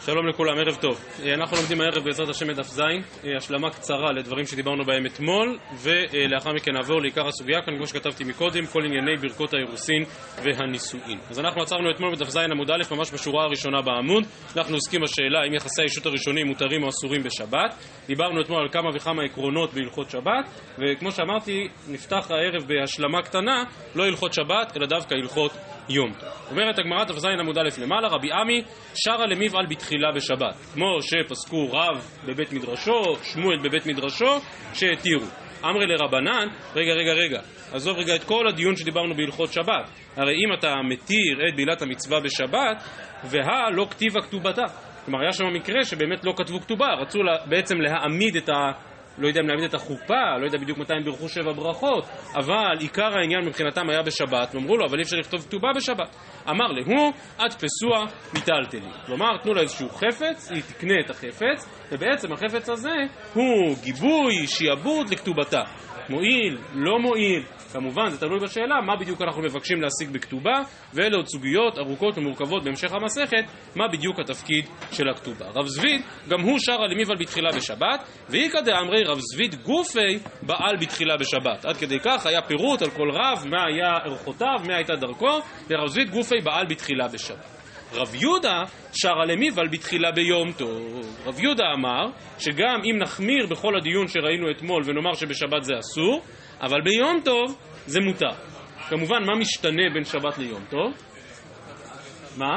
שלום לכולם, ערב טוב. אנחנו לומדים הערב בעזרת השם את דף ז', השלמה קצרה לדברים שדיברנו בהם אתמול, ולאחר מכן נעבור לעיקר הסוגיה, כאן כמו שכתבתי מקודם, כל ענייני ברכות האירוסין והנישואין. אז אנחנו עצרנו אתמול בדף ז' עמוד א', ממש בשורה הראשונה בעמוד. אנחנו עוסקים בשאלה אם יחסי האישות הראשונים מותרים או אסורים בשבת. דיברנו אתמול על כמה וכמה עקרונות בהלכות שבת, וכמו שאמרתי, נפתח הערב בהשלמה קטנה, לא הלכות שבת, אלא דווקא הלכות יום טוב. אומרת הגמרא דף ז' עמוד א' למעלה, רבי עמי שרה למבעל בתחילה בשבת, כמו שפסקו רב בבית מדרשו, שמואל בבית מדרשו, שהתירו. אמרי לרבנן, רגע, עזוב רגע את כל הדיון שדיברנו בהלכות שבת. הרי אם אתה מתיר את בעילת המצווה בשבת, לא כתיבה כתובתה. כלומר, היה שם מקרה שבאמת לא כתבו כתובה, רצו בעצם להעמיד את לא יודע אם להעמיד את החופה, לא יודע בדיוק מתי הם בירכו 7 ברכות, אבל עיקר העניין מבחינתם היה בשבת, ואמרו לו, אבל אי אפשר לכתוב כתובה בשבת. אמר להו, עד פסוע מיטלטלי. כלומר, תנו לה איזשהו חפץ, היא תקנה את החפץ, ובעצם החפץ הזה הוא גיבוי, שיעבוד לכתובתה. מועיל, לא מועיל, כמובן זה תלוי בשאלה מה בדיוק אנחנו מבקשים להשיג בכתובה, ואלה עוד סוגיות ארוכות ומורכבות בהמשך המסכת, מה בדיוק התפקיד של הכתובה. רב זביד, גם הוא שרה למבעל בתחילה בשבת, ואיקא דאמרי רב זביד גופי בעל בתחילה בשבת. עד כדי כך היה פירוט על כל רב, מה היה ערכותיו, מה הייתה דרכו, ורב זביד גופי בעל בתחילה בשבת. רב יהודה שרה למבעל בתחילה ביום טוב. רב יהודה אמר שגם אם נחמיר בכל הדיון שראינו אתמול ונאמר שבשבת זה אסור, אבל ביום טוב זה מותר. כמובן, מה משתנה בין שבת ליום טוב? מה?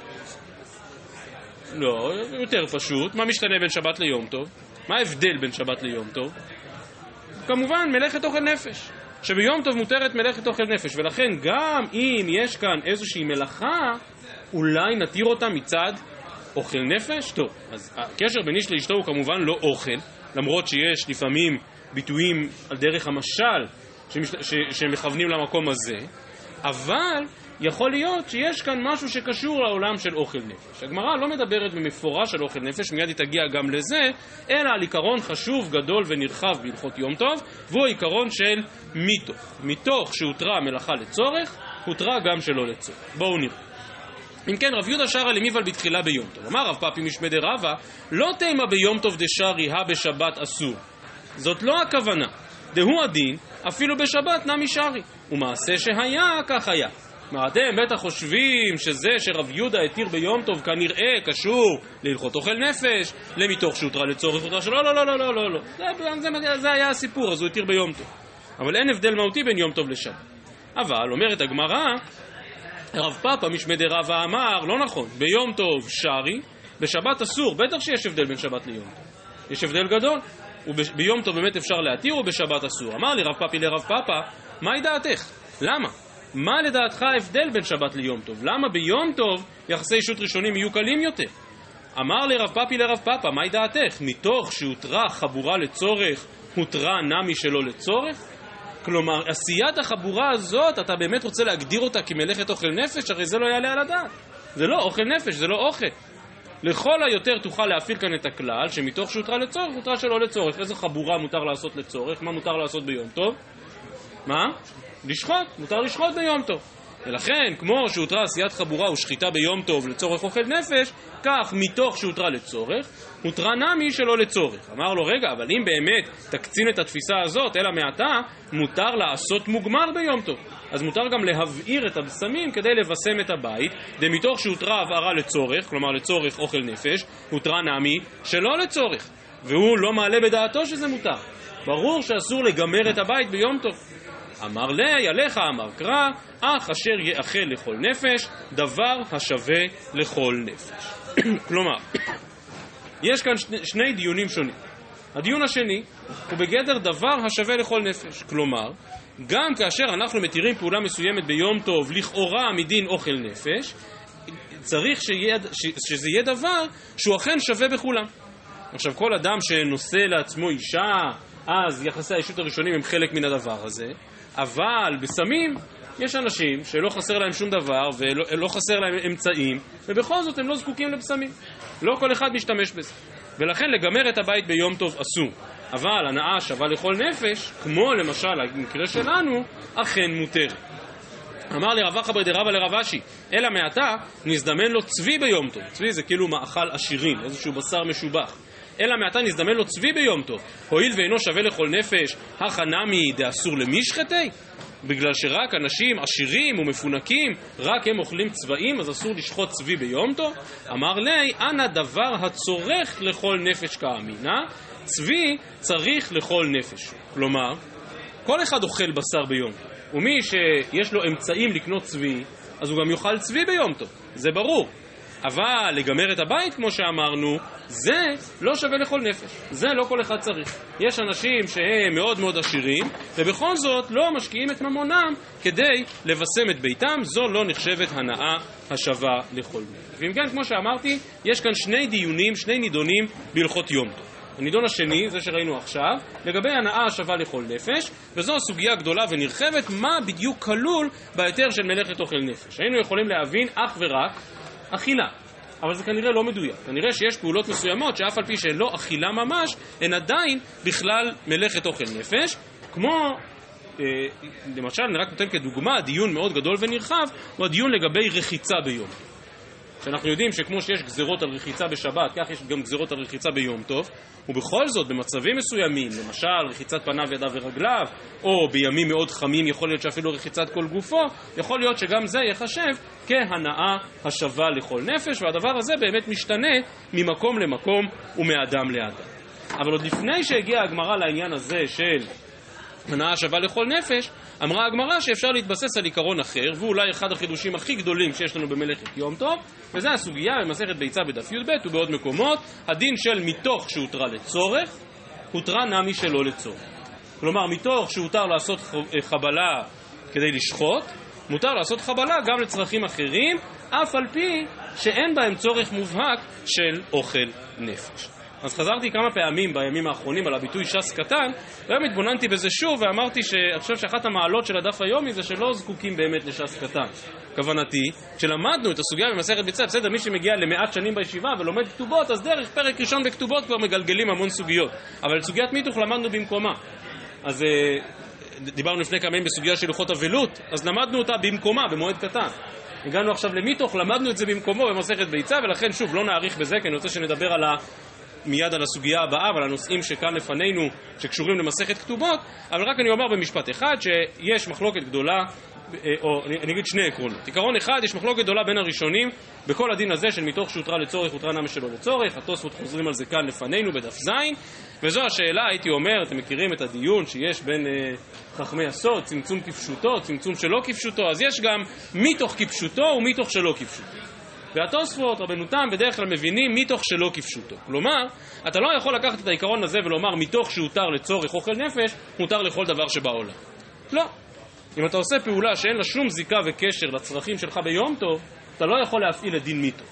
לא, יותר פשוט. מה משתנה בין שבת ליום טוב? מה ההבדל בין שבת ליום טוב? כמובן, מלאכת אוכל נפש. שביום טוב מותרת מלאכת אוכל נפש, ולכן גם אם יש כאן איזושהי מלאכה, אולי נתיר אותה מצד אוכל נפש? טוב, אז הקשר בין איש לאשתו הוא כמובן לא אוכל, למרות שיש לפעמים ביטויים על דרך המשל שמכוונים למקום הזה, אבל יכול להיות שיש כאן משהו שקשור לעולם של אוכל נפש. הגמרא לא מדברת במפורש על אוכל נפש, מיד היא תגיע גם לזה, אלא על עיקרון חשוב, גדול ונרחב בהלכות יום טוב, והוא העיקרון של מתוך שהותרה מלאכה לצורך, הותרה גם שלא לצורך. בואו נראה. אם כן, רב יהודה שרה למבעל בתחילה ביום טוב. אמר רב פאפי משמי דרבא, לא תימא ביום טוב דשרי בשבת אסור. זאת לא הכוונה. דהו הדין, אפילו בשבת נמי שרי. ומעשה שהיה, כך היה. מה אתם בטח חושבים שזה שרב יהודה התיר ביום טוב כנראה קשור להלכות אוכל נפש, למתוך שהותרה לצורך הותרה שלא, לא. זה היה הסיפור, אז הוא התיר ביום טוב. אבל אין הבדל מהותי בין יום טוב לשבת. אבל, אומרת הגמרא, רב פאפא משמי דרבא אמר, לא נכון, ביום טוב שרי, בשבת אסור, בטח שיש הבדל בין שבת ליום טוב. יש הבדל גדול, וביום טוב באמת אפשר להתיר ובשבת אסור. אמר לי רב פאפי לרב פאפא, מהי דעתך? למה? מה לדעתך ההבדל בין שבת ליום טוב? למה ביום טוב יחסי אישות ראשונים יהיו קלים יותר? אמר לי רב פאפי לרב פאפא, מהי דעתך? מתוך שהותרה חבורה לצורך, הותרה נמי שלא לצורך? כלומר, עשיית החבורה הזאת, אתה באמת רוצה להגדיר אותה כמלאכת אוכל נפש? הרי זה לא יעלה על הדעת. זה לא אוכל נפש, זה לא אוכל. לכל היותר תוכל להפעיל כאן את הכלל, שמתוך שהותרה לצורך, הותרה שלא לצורך. איזה חבורה מותר לעשות לצורך? מה מותר לעשות ביום טוב? מה? לשחוט. מותר לשחוט ביום טוב. ולכן, כמו שהותרה עשיית חבורה ושחיטה ביום טוב לצורך אוכל נפש, כך מתוך שהותרה לצורך, הותרה נמי שלא לצורך. אמר לו, רגע, אבל אם באמת תקצין את התפיסה הזאת, אלא מעתה, מותר לעשות מוגמר ביום טוב. אז מותר גם להבעיר את הבשמים כדי לבשם את הבית, ומתוך שהותרה הבערה לצורך, כלומר לצורך אוכל נפש, הותרה נמי שלא לצורך. והוא לא מעלה בדעתו שזה מותר. ברור שאסור לגמר את הבית ביום טוב. אמר לי, עליך אמר קרא, אך אשר יאכל לכל נפש, דבר השווה לכל נפש. כלומר, יש כאן שני דיונים שונים. הדיון השני הוא בגדר דבר השווה לכל נפש. כלומר, גם כאשר אנחנו מתירים פעולה מסוימת ביום טוב, לכאורה מדין אוכל נפש, צריך שזה יהיה דבר שהוא אכן שווה בכולם. עכשיו, כל אדם שנושא לעצמו אישה, אז יחסי האישות הראשונים הם חלק מן הדבר הזה, אבל בסמים יש אנשים שלא חסר להם שום דבר ולא חסר להם אמצעים, ובכל זאת הם לא זקוקים לבשמים. לא כל אחד משתמש בזה. ולכן לגמר את הבית ביום טוב אסור. אבל הנאה שווה לכל נפש, כמו למשל המקרה שלנו, אכן מותר. אמר לרב אחא בר דרבא לרב אשי, אלא מעתה נזדמן לו צבי ביום טוב. צבי זה כאילו מאכל עשירים, איזשהו בשר משובח. אלא מעתה נזדמן לו צבי ביום טוב. הואיל ואינו שווה לכל נפש, החנמי דאסור למשחתי? בגלל שרק אנשים עשירים ומפונקים, רק הם אוכלים צבעים, אז אסור לשחוט צבי ביום טוב? אמר לי, אנא דבר הצורך לכל נפש כאמינה, צבי צריך לכל נפש. כלומר, כל אחד אוכל בשר ביום טוב, ומי שיש לו אמצעים לקנות צבי, אז הוא גם יאכל צבי ביום טוב, זה ברור. אבל לגמר את הבית, כמו שאמרנו, זה לא שווה לכל נפש. זה לא כל אחד צריך. יש אנשים שהם מאוד מאוד עשירים, ובכל זאת לא משקיעים את ממונם כדי לבשם את ביתם. זו לא נחשבת הנאה השווה לכל נפש. ואם כן, כמו שאמרתי, יש כאן שני נידונים בהלכות יום טוב. הנידון השני, זה שראינו עכשיו, לגבי הנאה השווה לכל נפש, וזו סוגיה גדולה ונרחבת, מה בדיוק כלול בהיתר של מלאכת אוכל נפש. היינו יכולים להבין אך ורק אכילה, אבל זה כנראה לא מדויק. כנראה שיש פעולות מסוימות שאף על פי שהן לא אכילה ממש, הן עדיין בכלל מלאכת אוכל נפש, כמו למשל, אני רק נותן כדוגמה, דיון מאוד גדול ונרחב, הוא הדיון לגבי רחיצה ביום. שאנחנו יודעים שכמו שיש גזירות על רחיצה בשבת, כך יש גם גזירות על רחיצה ביום טוב, ובכל זאת במצבים מסוימים, למשל רחיצת פניו, ידיו ורגליו, או בימים מאוד חמים יכול להיות שאפילו רחיצת כל גופו, יכול להיות שגם זה יחשב כהנאה השווה לכל נפש, והדבר הזה באמת משתנה ממקום למקום ומאדם לאדם. אבל עוד לפני שהגיעה הגמרא לעניין הזה של הנאה שווה לכל נפש, אמרה הגמרא שאפשר להתבסס על עיקרון אחר, ואולי אחד החידושים הכי גדולים שיש לנו במלאכת יום טוב, וזה הסוגיה במסכת ביצה בדף י"ב ובעוד מקומות, הדין של מתוך שהותרה לצורך, הותרה נמי שלא לצורך. כלומר, מתוך שהותר לעשות חבלה כדי לשחוט, מותר לעשות חבלה גם לצרכים אחרים, אף על פי שאין בהם צורך מובהק של אוכל נפש. אז חזרתי כמה פעמים בימים האחרונים על הביטוי ש"ס קטן, והיום התבוננתי בזה שוב ואמרתי שאני חושב שאחת המעלות של הדף היומי זה שלא זקוקים באמת לש"ס קטן. כוונתי, כשלמדנו את הסוגיה במסכת ביצה, בסדר, מי שמגיע למעט שנים בישיבה ולומד כתובות, אז דרך פרק ראשון בכתובות כבר מגלגלים המון סוגיות. אבל סוגיית מיתוך למדנו במקומה. אז דיברנו לפני כמה ימים בסוגיה של לוחות אבלות, אז למדנו אותה במקומה, במועד קטן. הגענו עכשיו למיתוך, למדנו את זה במקומו במסכת ביצה, ולכן שוב לא נאריך בזה, כי אני רוצה שנדבר מיד על הסוגיה הבאה ועל הנושאים שכאן לפנינו שקשורים למסכת כתובות, אבל רק אני אומר במשפט אחד שיש מחלוקת גדולה, או אני אגיד שני עקרונות. עיקרון אחד, יש מחלוקת גדולה בין הראשונים בכל הדין הזה של מתוך שהותרה לצורך הותרה נמי שלא לצורך. התוספות חוזרים על זה כאן לפנינו בדף זין, וזו השאלה, הייתי אומר, אתם מכירים את הדיון שיש בין חכמי הסוד, צמצום כפשוטו, צמצום שלא כפשוטו, אז יש גם מתוך כפשוטו ומתוך שלא כפשוטו. והתוספות, רבנותם, בדרך כלל מבינים מתוך שלא כפשוטו. כלומר, אתה לא יכול לקחת את העיקרון הזה ולומר מתוך שהותר לצורך אוכל נפש, מותר לכל דבר שבעולם. לא. אם אתה עושה פעולה שאין לה שום זיקה וקשר לצרכים שלך ביום טוב, אתה לא יכול להפעיל את דין מתוך.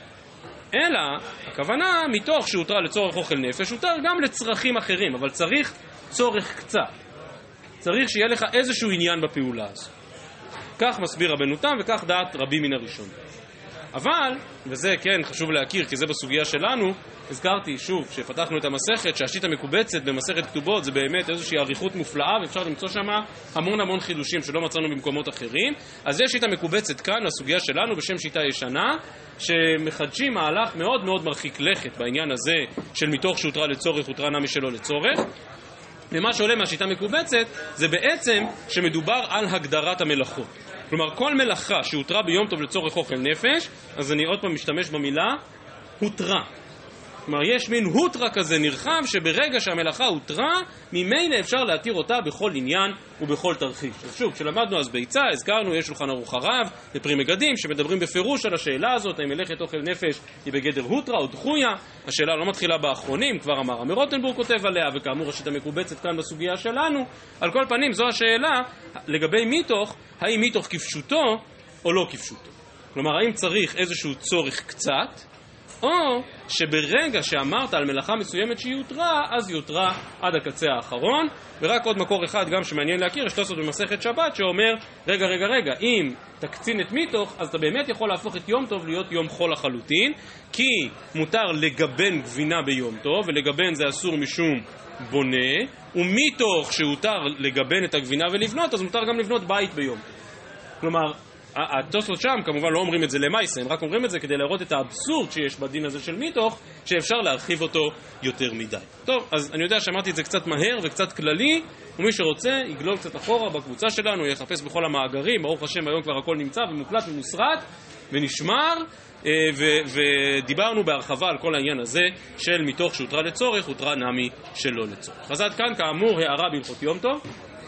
אלא, הכוונה, מתוך שהותר לצורך אוכל נפש, הותר גם לצרכים אחרים, אבל צריך צורך קצת. צריך שיהיה לך איזשהו עניין בפעולה הזו. כך מסביר רבנותם וכך דעת רבים מן הראשון. אבל, וזה כן חשוב להכיר, כי זה בסוגיה שלנו, הזכרתי שוב, כשפתחנו את המסכת, שהשיט המקובצת במסכת כתובות זה באמת איזושהי עריכות מופלאה, ואפשר למצוא שם המון חידושים שלא מצאנו במקומות אחרים. אז יש שיט המקובצת כאן, לסוגיה שלנו, בשם שיטה ישנה, שמחדשים מהלך מאוד מאוד מרחיק לכת בעניין הזה של מתוך שהותרה לצורך, הותרה נמי שלא לצורך. ומה שעולה מהשיטה מקובצת זה בעצם שמדובר על הגדרת המלאכות. כלומר, כל מלאכה שהותרה ביום טוב לצורך אוכל נפש, אז אני עוד פעם משתמש במילה, הותרה. כלומר, יש מין הותרה כזה נרחב, שברגע שהמלאכה הותרה, ממילא אפשר להתיר אותה בכל עניין ובכל תרחיש. אז שוב, כשלמדנו אז ביצה, הזכרנו, יש שולחן ערוך הרב, לפרי מגדים, שמדברים בפירוש על השאלה הזאת, האם מלאכת אוכל נפש היא בגדר הותרה או דחויה. השאלה לא מתחילה באחרונים, כבר אמר רוטנבורג כותב עליה, וכאמור השיטה מקובצת כאן בסוגיה שלנו. על כל פנים, זו השאלה לגבי מתוך, האם מתוך כפשוטו או לא כפשוטו. כלומר, האם צריך איזשהו צורך קצת, או שברגע שאמרת על מלאכה מסוימת שהיא יותרה, אז יותרה עד הקצה האחרון. ורק עוד מקור אחד גם שמעניין להכיר, יש תוספות במסכת שבת שאומר, רגע, אם תקצין את מתוך, אז אתה באמת יכול להפוך את יום טוב להיות יום חול לחלוטין, כי מותר לגבן גבינה ביום טוב, ולגבן זה אסור משום בונה, ומתוך שהותר לגבן את הגבינה ולבנות, אז מותר גם לבנות בית ביום טוב. כלומר, התוספות שם כמובן לא אומרים את זה למעשה, הם רק אומרים את זה כדי להראות את האבסורד שיש בדין הזה של מיתוך, שאפשר להרחיב אותו יותר מדי. טוב, אז אני יודע שאמרתי את זה קצת מהר וקצת כללי, ומי שרוצה יגלול קצת אחורה בקבוצה שלנו, יחפש בכל המאגרים, ברוך השם היום כבר הכל נמצא ומוקלט ומוסרט ונשמר, ודיברנו בהרחבה על כל העניין הזה של מתוך שהותרה לצורך, הותרה נמי שלא לצורך. אז עד כאן כאמור הערה בהלכות יום טוב.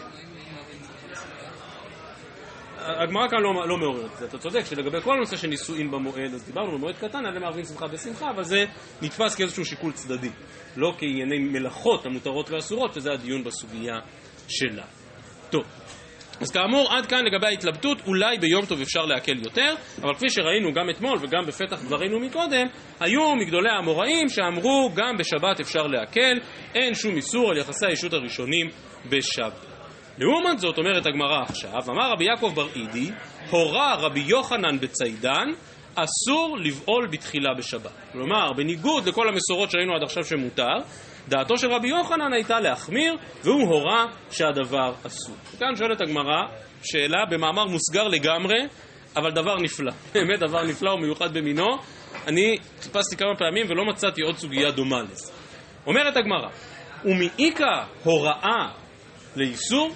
הגמרא כאן לא מעוררת, אתה צודק שלגבי כל הנושא של נישואין במועד, אז דיברנו במועד קטן, עליהם מערבים שמחה בשמחה, אבל זה נתפס כאיזשהו שיקול צדדי, לא כענייני מלאכות המותרות והאסורות, שזה הדיון בסוגיה שלה. טוב, אז כאמור עד כאן לגבי ההתלבטות, אולי ביום טוב אפשר להקל יותר, אבל כפי שראינו גם אתמול וגם בפתח דברינו מקודם, היו מגדולי האמוראים שאמרו גם בשבת אפשר להקל, אין שום איסור על יחסי האישות הראשונים בשבת. לעומת זאת אומרת הגמרא עכשיו, אמר רבי יעקב בר אידי, הורה רבי יוחנן בצידן, אסור לבעול בתחילה בשבת. כלומר, בניגוד לכל המסורות שראינו עד עכשיו שמותר, דעתו של רבי יוחנן הייתה להחמיר, והוא הורה שהדבר אסור. וכאן שואלת הגמרא, שאלה במאמר מוסגר לגמרי, אבל דבר נפלא. באמת דבר נפלא ומיוחד במינו. אני חיפשתי כמה פעמים ולא מצאתי עוד סוגיה דומה לזה. אומרת הגמרא, ומאיקה הוראה לאיסור?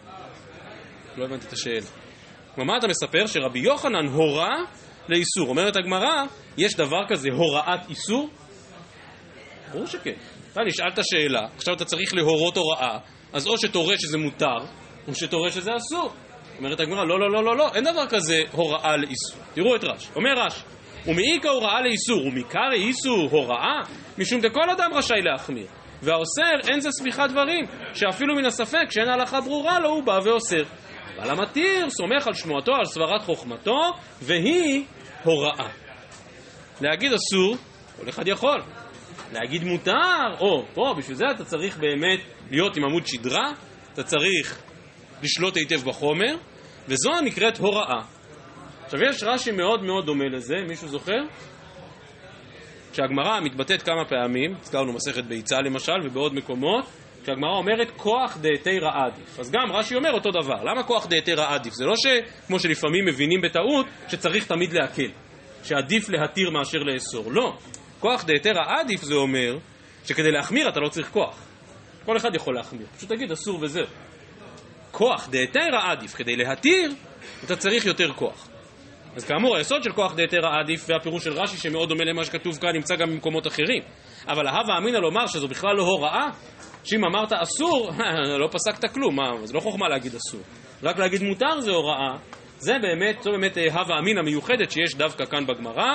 לא הבנתי את השאלה. מה אתה מספר? שרבי יוחנן הורה לאיסור. אומרת הגמרא, יש דבר כזה הוראת איסור? ברור שכן. אתה נשאלת שאלה, עכשיו אתה צריך להורות הוראה, אז או שתורה שזה מותר, או שתורה שזה אסור. אומרת הגמרא, לא, אין דבר כזה הוראה לאיסור. תראו את רש. אומר רש, ומאיקה הוראה לאיסור, ומקרא איסור הוראה, משום דכל אדם רשאי להחמיר. והאוסר אין זה ספיחת דברים, שאפילו מן הספק שאין ההלכה ברורה לו הוא בא ואוסר. אבל המתיר סומך על שמועתו, על סברת חוכמתו, והיא הוראה. להגיד אסור, כל אחד יכול. להגיד מותר, פה, בשביל זה אתה צריך באמת להיות עם עמוד שדרה, אתה צריך לשלוט היטב בחומר, וזו נקראת הוראה. עכשיו יש רש"י מאוד מאוד דומה לזה, מישהו זוכר? כשהגמרא מתבטאת כמה פעמים, הזכרנו מסכת ביצה למשל ובעוד מקומות, כשהגמרא אומרת כוח דהיתרא עדיף. אז גם רש"י אומר אותו דבר. למה כוח דהיתרא עדיף? זה לא כמו שלפעמים מבינים בטעות שצריך תמיד להקל, שעדיף להתיר מאשר לאסור. לא. כוח דהיתרא עדיף זה אומר שכדי להחמיר אתה לא צריך כוח. כל אחד יכול להחמיר. פשוט תגיד אסור וזהו. כוח דהיתרא עדיף, כדי להתיר אתה צריך יותר כוח. אז כאמור, היסוד של כוח דהיתרא עדיף והפירוש של רש"י שמאוד דומה למה שכתוב כאן נמצא גם במקומות אחרים. אבל ההווה אמינא לומר שזו בכלל לא הוראה, שאם אמרת אסור, לא פסקת כלום, זה לא חוכמה להגיד אסור. רק להגיד מותר זה הוראה, זו באמת הווה אמינא מיוחדת שיש דווקא כאן בגמרא,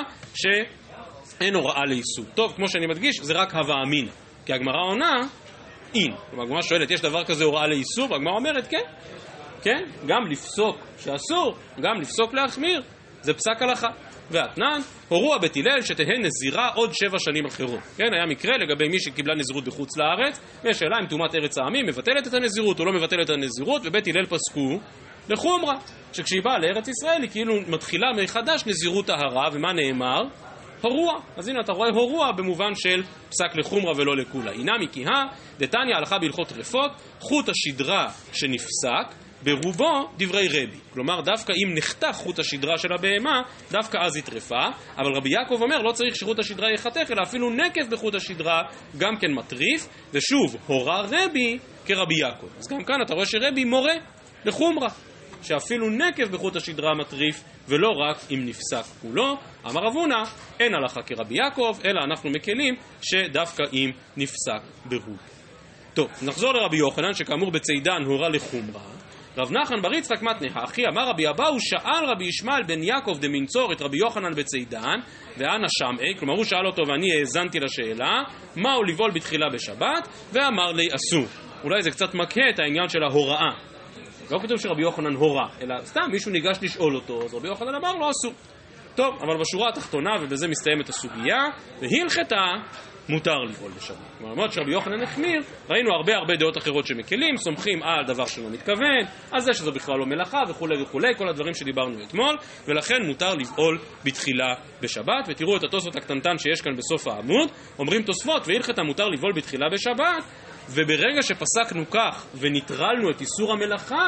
שאין הוראה לאיסור. טוב, כמו שאני מדגיש, זה רק הווה אמינא, כי הגמרא עונה, אין. כלומר, הגמרא שואלת, יש דבר כזה הוראה לאיסור? והגמרא אומרת, כן, גם לפסוק שאסור, גם לפסוק להחמיר. זה פסק הלכה. והתנן, הורו הבית הלל שתהא נזירה עוד 7 שנים אחרות. כן, היה מקרה לגבי מי שקיבלה נזירות בחוץ לארץ, ויש שאלה אם תומת ארץ העמים מבטלת את הנזירות או לא מבטלת את הנזירות, ובית הלל פסקו לחומרה, שכשהיא באה לארץ ישראל היא כאילו מתחילה מחדש נזירות טהרה, ומה נאמר? הורוע. אז הנה אתה רואה הורוע במובן של פסק לחומרה ולא לכולה. הנה מכיהה, דתניא הלכה בהלכות טרפות, חוט השדרה שנפסק, ברובו דברי רבי. כלומר, דווקא אם נחתך חוט השדרה של הבהמה, דווקא אז היא טרפה, אבל רבי יעקב אומר, לא צריך שחוט השדרה יחתך, אלא אפילו נקב בחוט השדרה גם כן מטריף, ושוב, הורה רבי כרבי יעקב. אז גם כאן אתה רואה שרבי מורה לחומרה, שאפילו נקב בחוט השדרה מטריף, ולא רק אם נפסק כולו. אמר רב הונא, אין הלכה כרבי יעקב, אלא אנחנו מקלים שדווקא אם נפסק ברוב. טוב, נחזור לרבי יוחנן, שכאמור בצידן הורה לחומרה. רב נחמן בר יצחק מתנא אחי, אמר רבי אבאו, שאל רבי ישמעאל בן יעקב דמנצור את רבי יוחנן בצידן, ואנה שמעי, כלומר הוא שאל אותו ואני האזנתי לשאלה, מהו לבעול בתחילה בשבת, ואמר לי אסור. אולי זה קצת מכה את העניין של ההוראה. לא כתוב שרבי יוחנן הורה, אלא סתם מישהו ניגש לשאול אותו, אז רבי יוחנן אמר לו אסור. טוב, אבל בשורה התחתונה, ובזה מסתיימת הסוגיה, והלכתה מותר לבעול בשבת. כלומר, שרבי יוחנן החמיר, ראינו הרבה דעות אחרות שמקלים, סומכים על דבר שלא מתכוון, על זה שזו בכלל לא מלאכה וכו', כל הדברים שדיברנו אתמול, ולכן מותר לבעול בתחילה בשבת. ותראו את התוספות הקטנטן שיש כאן בסוף העמוד, אומרים תוספות, והלכתה מותר לבעול בתחילה בשבת, וברגע שפסקנו כך ונטרלנו את איסור המלאכה,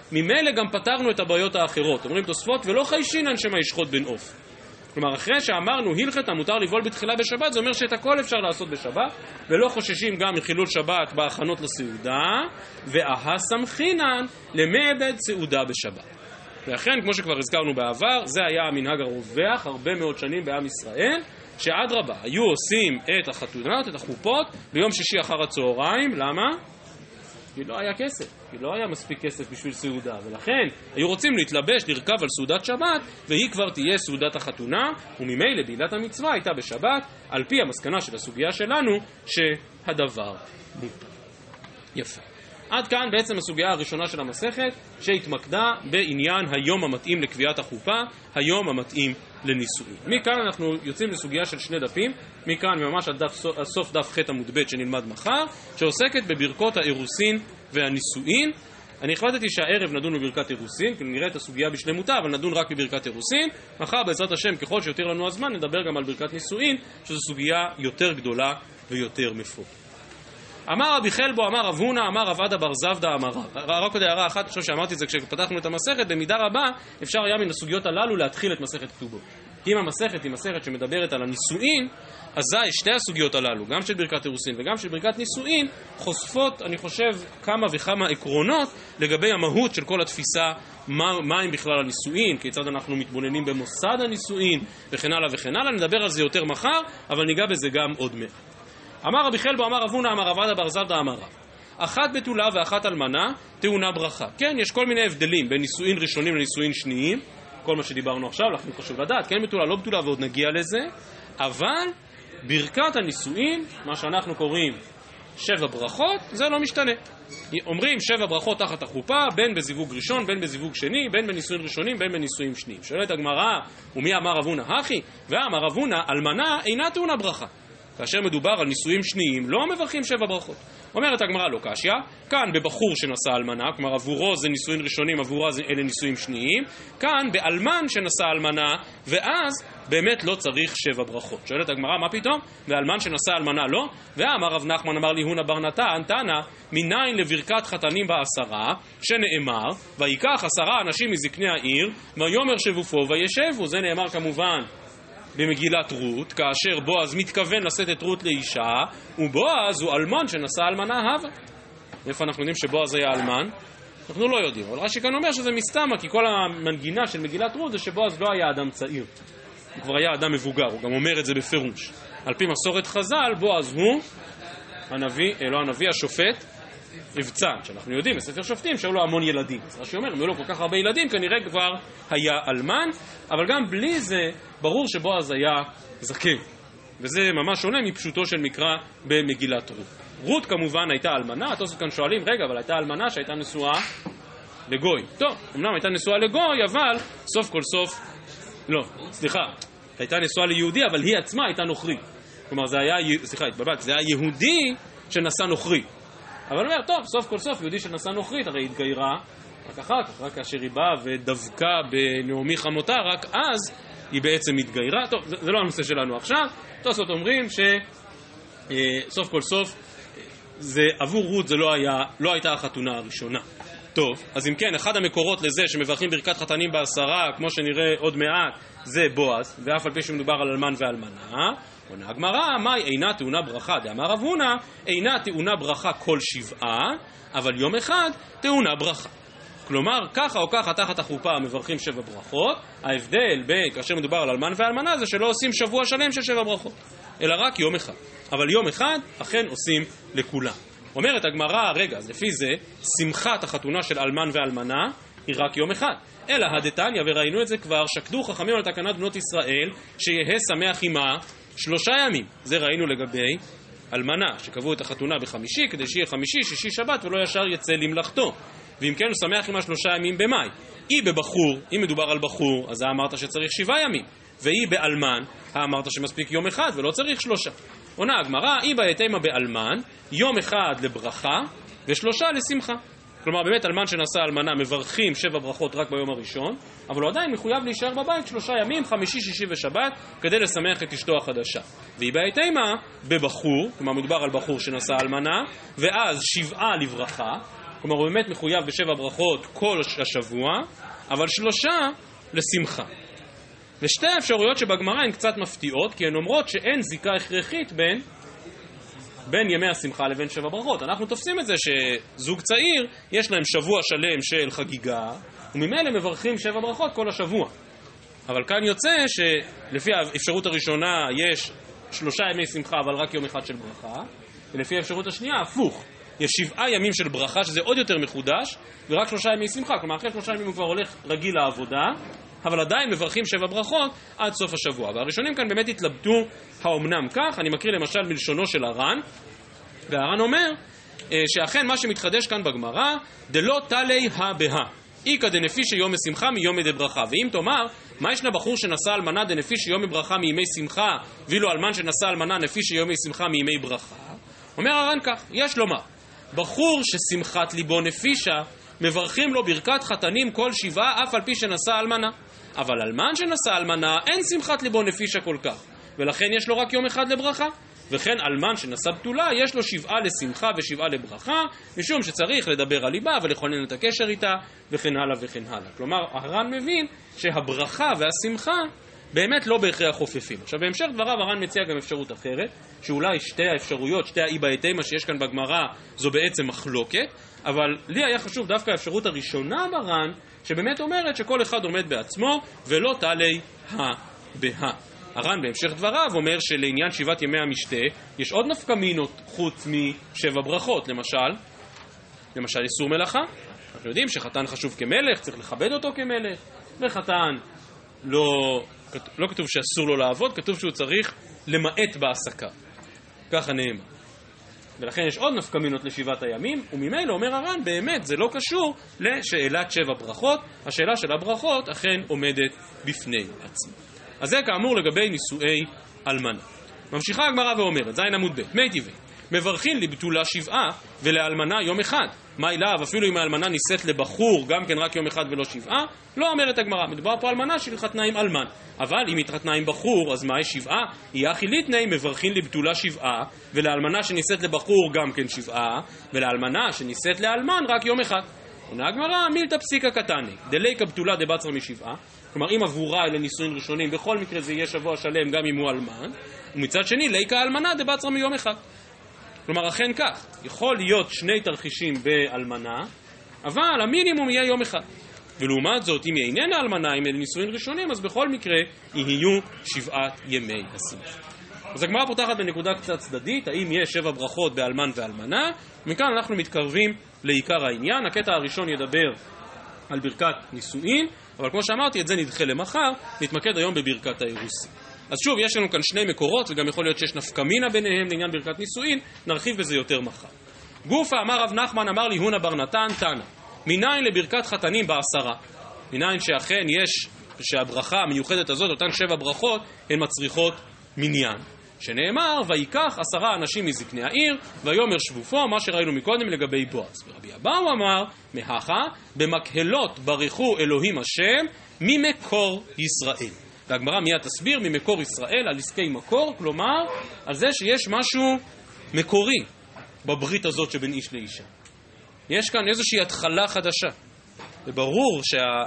ממילא גם פתרנו את הבעיות האחרות. אומרים תוספות, ולא חיישינן שמא ישחוט בן עוף. כלומר, אחרי שאמרנו הלכתה מותר לבעול בתחילה בשבת, זה אומר שאת הכל אפשר לעשות בשבת, ולא חוששים גם מחילול שבת בהכנות לסעודה, ואהה סמכינן למעבד סעודה בשבת. ואכן, כמו שכבר הזכרנו בעבר, זה היה המנהג הרווח הרבה מאוד שנים בעם ישראל, שאדרבה, היו עושים את החתונות, את החופות, ביום שישי אחר הצהריים. למה? כי לא היה כסף, כי לא היה מספיק כסף בשביל סעודה, ולכן היו רוצים להתלבש, לרכב על סעודת שבת, והיא כבר תהיה סעודת החתונה, וממילא בעילת המצווה הייתה בשבת, על פי המסקנה של הסוגיה שלנו, שהדבר מותר. יפה. עד כאן בעצם הסוגיה הראשונה של המסכת, שהתמקדה בעניין היום המתאים לקביעת החופה, היום המתאים לנישואין. מכאן אנחנו יוצאים לסוגיה של שני דפים, מכאן ממש עד סוף דף ח' עמוד ב' שנלמד מחר, שעוסקת בברכות האירוסין והנישואין. אני החלטתי שהערב נדון בברכת אירוסין, כי נראה את הסוגיה בשלמותה, אבל נדון רק בברכת אירוסין. מחר בעזרת השם, ככל שיותר לנו הזמן, נדבר גם על ברכת נישואין, שזו סוגיה יותר גדולה ויותר מפורטת. אמר רבי חלבו, אמר רב הונא, אמר רב עדה בר זבדא, אמר רב. רק עוד הערה אחת, חושב שאמרתי את זה כשפתחנו את המסכת, במידה רבה אפשר היה מן הסוגיות הללו להתחיל את מסכת כתובות. כי אם המסכת היא מסכת שמדברת על הנישואין, אזי שתי הסוגיות הללו, גם של ברכת אירוסין וגם של ברכת נישואין, חושפות, אני חושב, כמה וכמה עקרונות לגבי המהות של כל התפיסה, מה הם בכלל הנישואין, כיצד אנחנו מתבוננים במוסד הנישואין, וכן הלאה וכן הלאה. נדבר על זה יותר מחר, אבל ניגע בזה גם עוד מעט. אמר רבי חלבו, אמר רב הונא, אמר רב עדה בר זבדא, אמר רב. אחת בתולה ואחת אלמנה טעונה ברכה. כן, יש כל מיני הבדלים בין נישואין ראשונים לנישואין שניים, כל מה שדיברנו עכשיו, לכן חשוב לדעת, כן בתולה, לא בתולה, ועוד נגיע לזה, אבל ברכת הנישואין, מה שאנחנו קוראים 7 ברכות, זה לא משתנה. אומרים 7 ברכות תחת החופה, בין בזיווג ראשון, בין בזיווג שני, בין בנישואין ראשונים, בין בנישואין שניים. שואלת הגמרא, ומי אמר רב הונא הכי? ואמר רב הונא, אלמנה אינה טעונה ברכה. כאשר מדובר על נישואים שניים, לא מברכים 7 ברכות. אומרת הגמרא לא קשיא, כאן בבחור שנשא אלמנה, כלומר עבורו זה נישואים ראשונים, עבורה אלה נישואים שניים, כאן באלמן שנשא אלמנה, ואז באמת לא צריך 7 ברכות. שואלת הגמרא, מה פתאום? ואלמן שנשא אלמנה לא? ואמר רב נחמן אמר לי הונא בר נתן, תנא, מניין לברכת חתנים בעשרה, שנאמר, ויקח 10 אנשים מזקני העיר, ויאמר שבו פה וישבו. זה נאמר כמובן במגילת רות, כאשר בועז מתכוון לשאת את רות לאישה, ובועז הוא אלמן שנשא אלמנה הווה. איפה אנחנו יודעים שבועז היה אלמן? אנחנו לא יודעים, אבל רש"י כאן אומר שזה מסתמה, כי כל המנגינה של מגילת רות זה שבועז לא היה אדם צעיר, הוא כבר היה אדם מבוגר, הוא גם אומר את זה בפירוש. על פי מסורת חז"ל, בועז הוא הנביא, לא הנביא, השופט אבצן, שאנחנו יודעים בספר שופטים שהיו לו המון ילדים. אז רש"י אומר, אם היו לו כל כך הרבה ילדים, כנראה כבר היה אלמן, אבל גם בלי זה ברור שבועז היה זקן, וזה ממש שונה מפשוטו של מקרא במגילת רות. רות כמובן הייתה אלמנה, התוספות כאן שואלים, רגע, אבל הייתה אלמנה שהייתה נשואה לגוי. טוב, אמנם הייתה נשואה לגוי, אבל סוף כל סוף, לא, סליחה, הייתה נשואה ליהודי, אבל היא עצמה הייתה נוכרית. כלומר, זה היה, סליחה, התבלבלתי, זה היה יהודי שנשא נוכרית. אבל אומר, טוב, סוף כל סוף יהודי שנשא נוכרית, הרי התגיירה רק אחר כך, רק כאשר היא באה ודבקה בנעמי חמותה, רק אז היא בעצם התגיירה. טוב, זה לא הנושא שלנו עכשיו. תוספות אומרים שסוף כל סוף זה עבור רות זה לא הייתה החתונה הראשונה. טוב, אז אם כן, אחד המקורות לזה שמברכים ברכת חתנים בעשרה, כמו שנראה עוד מעט, זה בועז, ואף על פי שמדובר על אלמן ואלמנה. עונה הגמרא, מהי אינה טעונה ברכה? דאמר רב הונא, אינה טעונה ברכה כל 7, אבל יום אחד טעונה ברכה. כלומר, ככה או ככה תחת החופה מברכים 7 ברכות. ההבדל בין כאשר מדובר על אלמן ואלמנה זה שלא עושים שבוע שלם של 7 ברכות, אלא רק יום אחד. אבל יום אחד אכן עושים לכולם. אומרת הגמרא, רגע, אז לפי זה שמחת החתונה של אלמן ואלמנה היא רק יום אחד. אלא הדתניא, וראינו את זה כבר, שקדו חכמים על תקנת בנות ישראל שיהא שמח עמה 3 ימים. זה ראינו לגבי אלמנה, שקבעו את החתונה בחמישי, כדי שיהיה חמישי, שישי, שבת, ולא ישר יצא למלאכתו. ואם כן הוא שמח עמה 3 ימים במאי. היא בבחור, אם מדובר על בחור, אז אמרת שצריך 7 ימים. והיא באלמן, אמרת שמספיק יום אחד ולא צריך 3. עונה הגמרא, היא בהתאמה באלמן, יום אחד לברכה ו3 לשמחה. כלומר, באמת אלמן שנשא אלמנה מברכים 7 ברכות רק ביום הראשון, אבל הוא עדיין מחויב להישאר בבית 3 ימים, חמישי, שישי ושבת, כדי לשמח את אשתו החדשה. והיא בהתאמה בבחור, כלומר מדובר על בחור שנשא אלמנה, ואז 7 לברכה, כלומר הוא באמת מחויב ב7 ברכות כל השבוע, אבל 3 לשמחה. ושתי האפשרויות שבגמרא הן קצת מפתיעות, כי הן אומרות שאין זיקה הכרחית בין ימי השמחה לבין 7 ברכות. אנחנו תופסים את זה שזוג צעיר יש להם שבוע שלם של חגיגה, וממילא מברכים 7 ברכות כל השבוע. אבל כאן יוצא שלפי האפשרות הראשונה יש 3 ימי שמחה אבל רק יום אחד של ברכה, ולפי האפשרות השנייה הפוך, יש 7 ימים של ברכה שזה עוד יותר מחודש, ורק 3 ימי שמחה, כלומר אחרי 3 ימים הוא כבר הולך רגיל לעבודה, אבל עדיין מברכים 7 ברכות עד סוף השבוע. והראשונים כאן באמת התלבטו האומנם כך. אני מקריא למשל מלשונו של הר"ן, והר"ן אומר שאכן מה שמתחדש כאן בגמרא דלא תלי הבה איקא דנפישי יום שמחה מיום דברכה. ואם תאמר מה ישנה בחור שנשא אלמנה דנפישי יום ברכה מימי שמחה ואילו אלמן שנשא אלמנה נפישי יום שמחה מימי ברכה, אומר הר"ן כך, יש לומר בחור ששמחת ליבו נפישה מברכים לו ברכת חתנים כל 7 אף על פי שנשא אלמנה, אבל אלמן שנשא אלמנה אין שמחת ליבו נפישה כל כך, ולכן יש לו רק יום אחד לברכה. וכן אלמן שנשא בתולה יש לו 7 לשמחה ו7 לברכה, משום שצריך לדבר על ליבה ולכונן את הקשר איתה וכן הלאה וכן הלאה. כלומר הר"ן מבין שהברכה והשמחה באמת לא בהכרח חופפים. עכשיו בהמשך דבריו הר"ן מציע גם אפשרות אחרת, שאולי שתי האפשרויות, שתי האיבאיתימה שיש כאן בגמרא זו בעצם מחלוקת, אבל לי היה חשוב דווקא האפשרות הראשונה בר"ן, שבאמת אומרת שכל אחד עומד בעצמו ולא תלי הבה. הר"ן בהמשך דבריו אומר שלעניין 7 ימי המשתה יש עוד נפקמינות חוץ מ7 ברכות, למשל איסור מלאכה. אנחנו יודעים שחתן חשוב כמלך, צריך לכבד אותו כמלך, וחתן לא כתוב שאסור לו לעבוד, כתוב שהוא צריך למעט בעסקה, ככה נאמר. ולכן יש עוד נפקמינות ל7 הימים, וממילא אומר הר"ן באמת זה לא קשור לשאלת 7 ברכות, השאלה של הברכות אכן עומדת בפני עצמה. אז זה כאמור לגבי נישואי אלמנה. ממשיכה הגמרא ואומרת, זין עמוד ב', מי טבעי, מברכין לבתולה 7 ולאלמנה יום אחד. מה אליו, אפילו אם האלמנה נישאת לבחור גם כן רק יום אחד ולא 7, לא אומרת הגמרא, מדובר פה אלמנה שהתחתנה עם אלמן. אבל אם התחתנה עם בחור, אז מה יש 7? היא אחי ליטני, מברכין לבתולה 7 ולאלמנה שנישאת לבחור גם כן 7 ולאלמנה שנישאת לאלמן רק יום אחד. עונה הגמרא, מילתא פסיקה קטני דליקה בתולה דבצרא מ7, כלומר אם עבורה אלה נישואין ראשונים בכל מקרה זה יהיה שבוע שלם גם אם הוא אלמן, ומצד שני ליקה אלמנה דבצרא מיום אחד. כלומר אכן כך, יכול להיות 2 תרחישים באלמנה, אבל המינימום יהיה יום אחד. ולעומת זאת אם היא איננה אלמנה, אם אלה נישואין ראשונים, אז בכל מקרה יהיו 7 ימי השמחה. אז הגמרא פותחת בנקודה קצת צדדית, האם יש 7 ברכות באלמן ואלמנה, ומכאן אנחנו מתקרבים לעיקר העניין. הקטע הראשון ידבר על ברכת נישואין, אבל כמו שאמרתי את זה נדחה למחר, נתמקד היום בברכת האירוסין. אז שוב יש לנו כאן 2 מקורות וגם יכול להיות שיש נפקמינה ביניהם לעניין ברכת נישואין, נרחיב בזה יותר מחר. גופה אמר רב נחמן אמר לי הונה בר נתן תנא, מניין לברכת חתנים ב10, מניין שאכן יש שהברכה המיוחדת הזאת, אותן 7 ברכות, הן מצריכות מניין, שנאמר ויקח 10 אנשים מזקני העיר ויאמר שבופו, מה שראינו מקודם לגבי בועז. ורבי אבאו אמר מהכה במקהלות ברכו אלוהים השם ממקור ישראל. והגמרא מיד תסביר ממקור ישראל על עסקי מקור, כלומר על זה שיש משהו מקורי בברית הזאת שבין איש לאישה. יש כאן איזושהי התחלה חדשה. וברור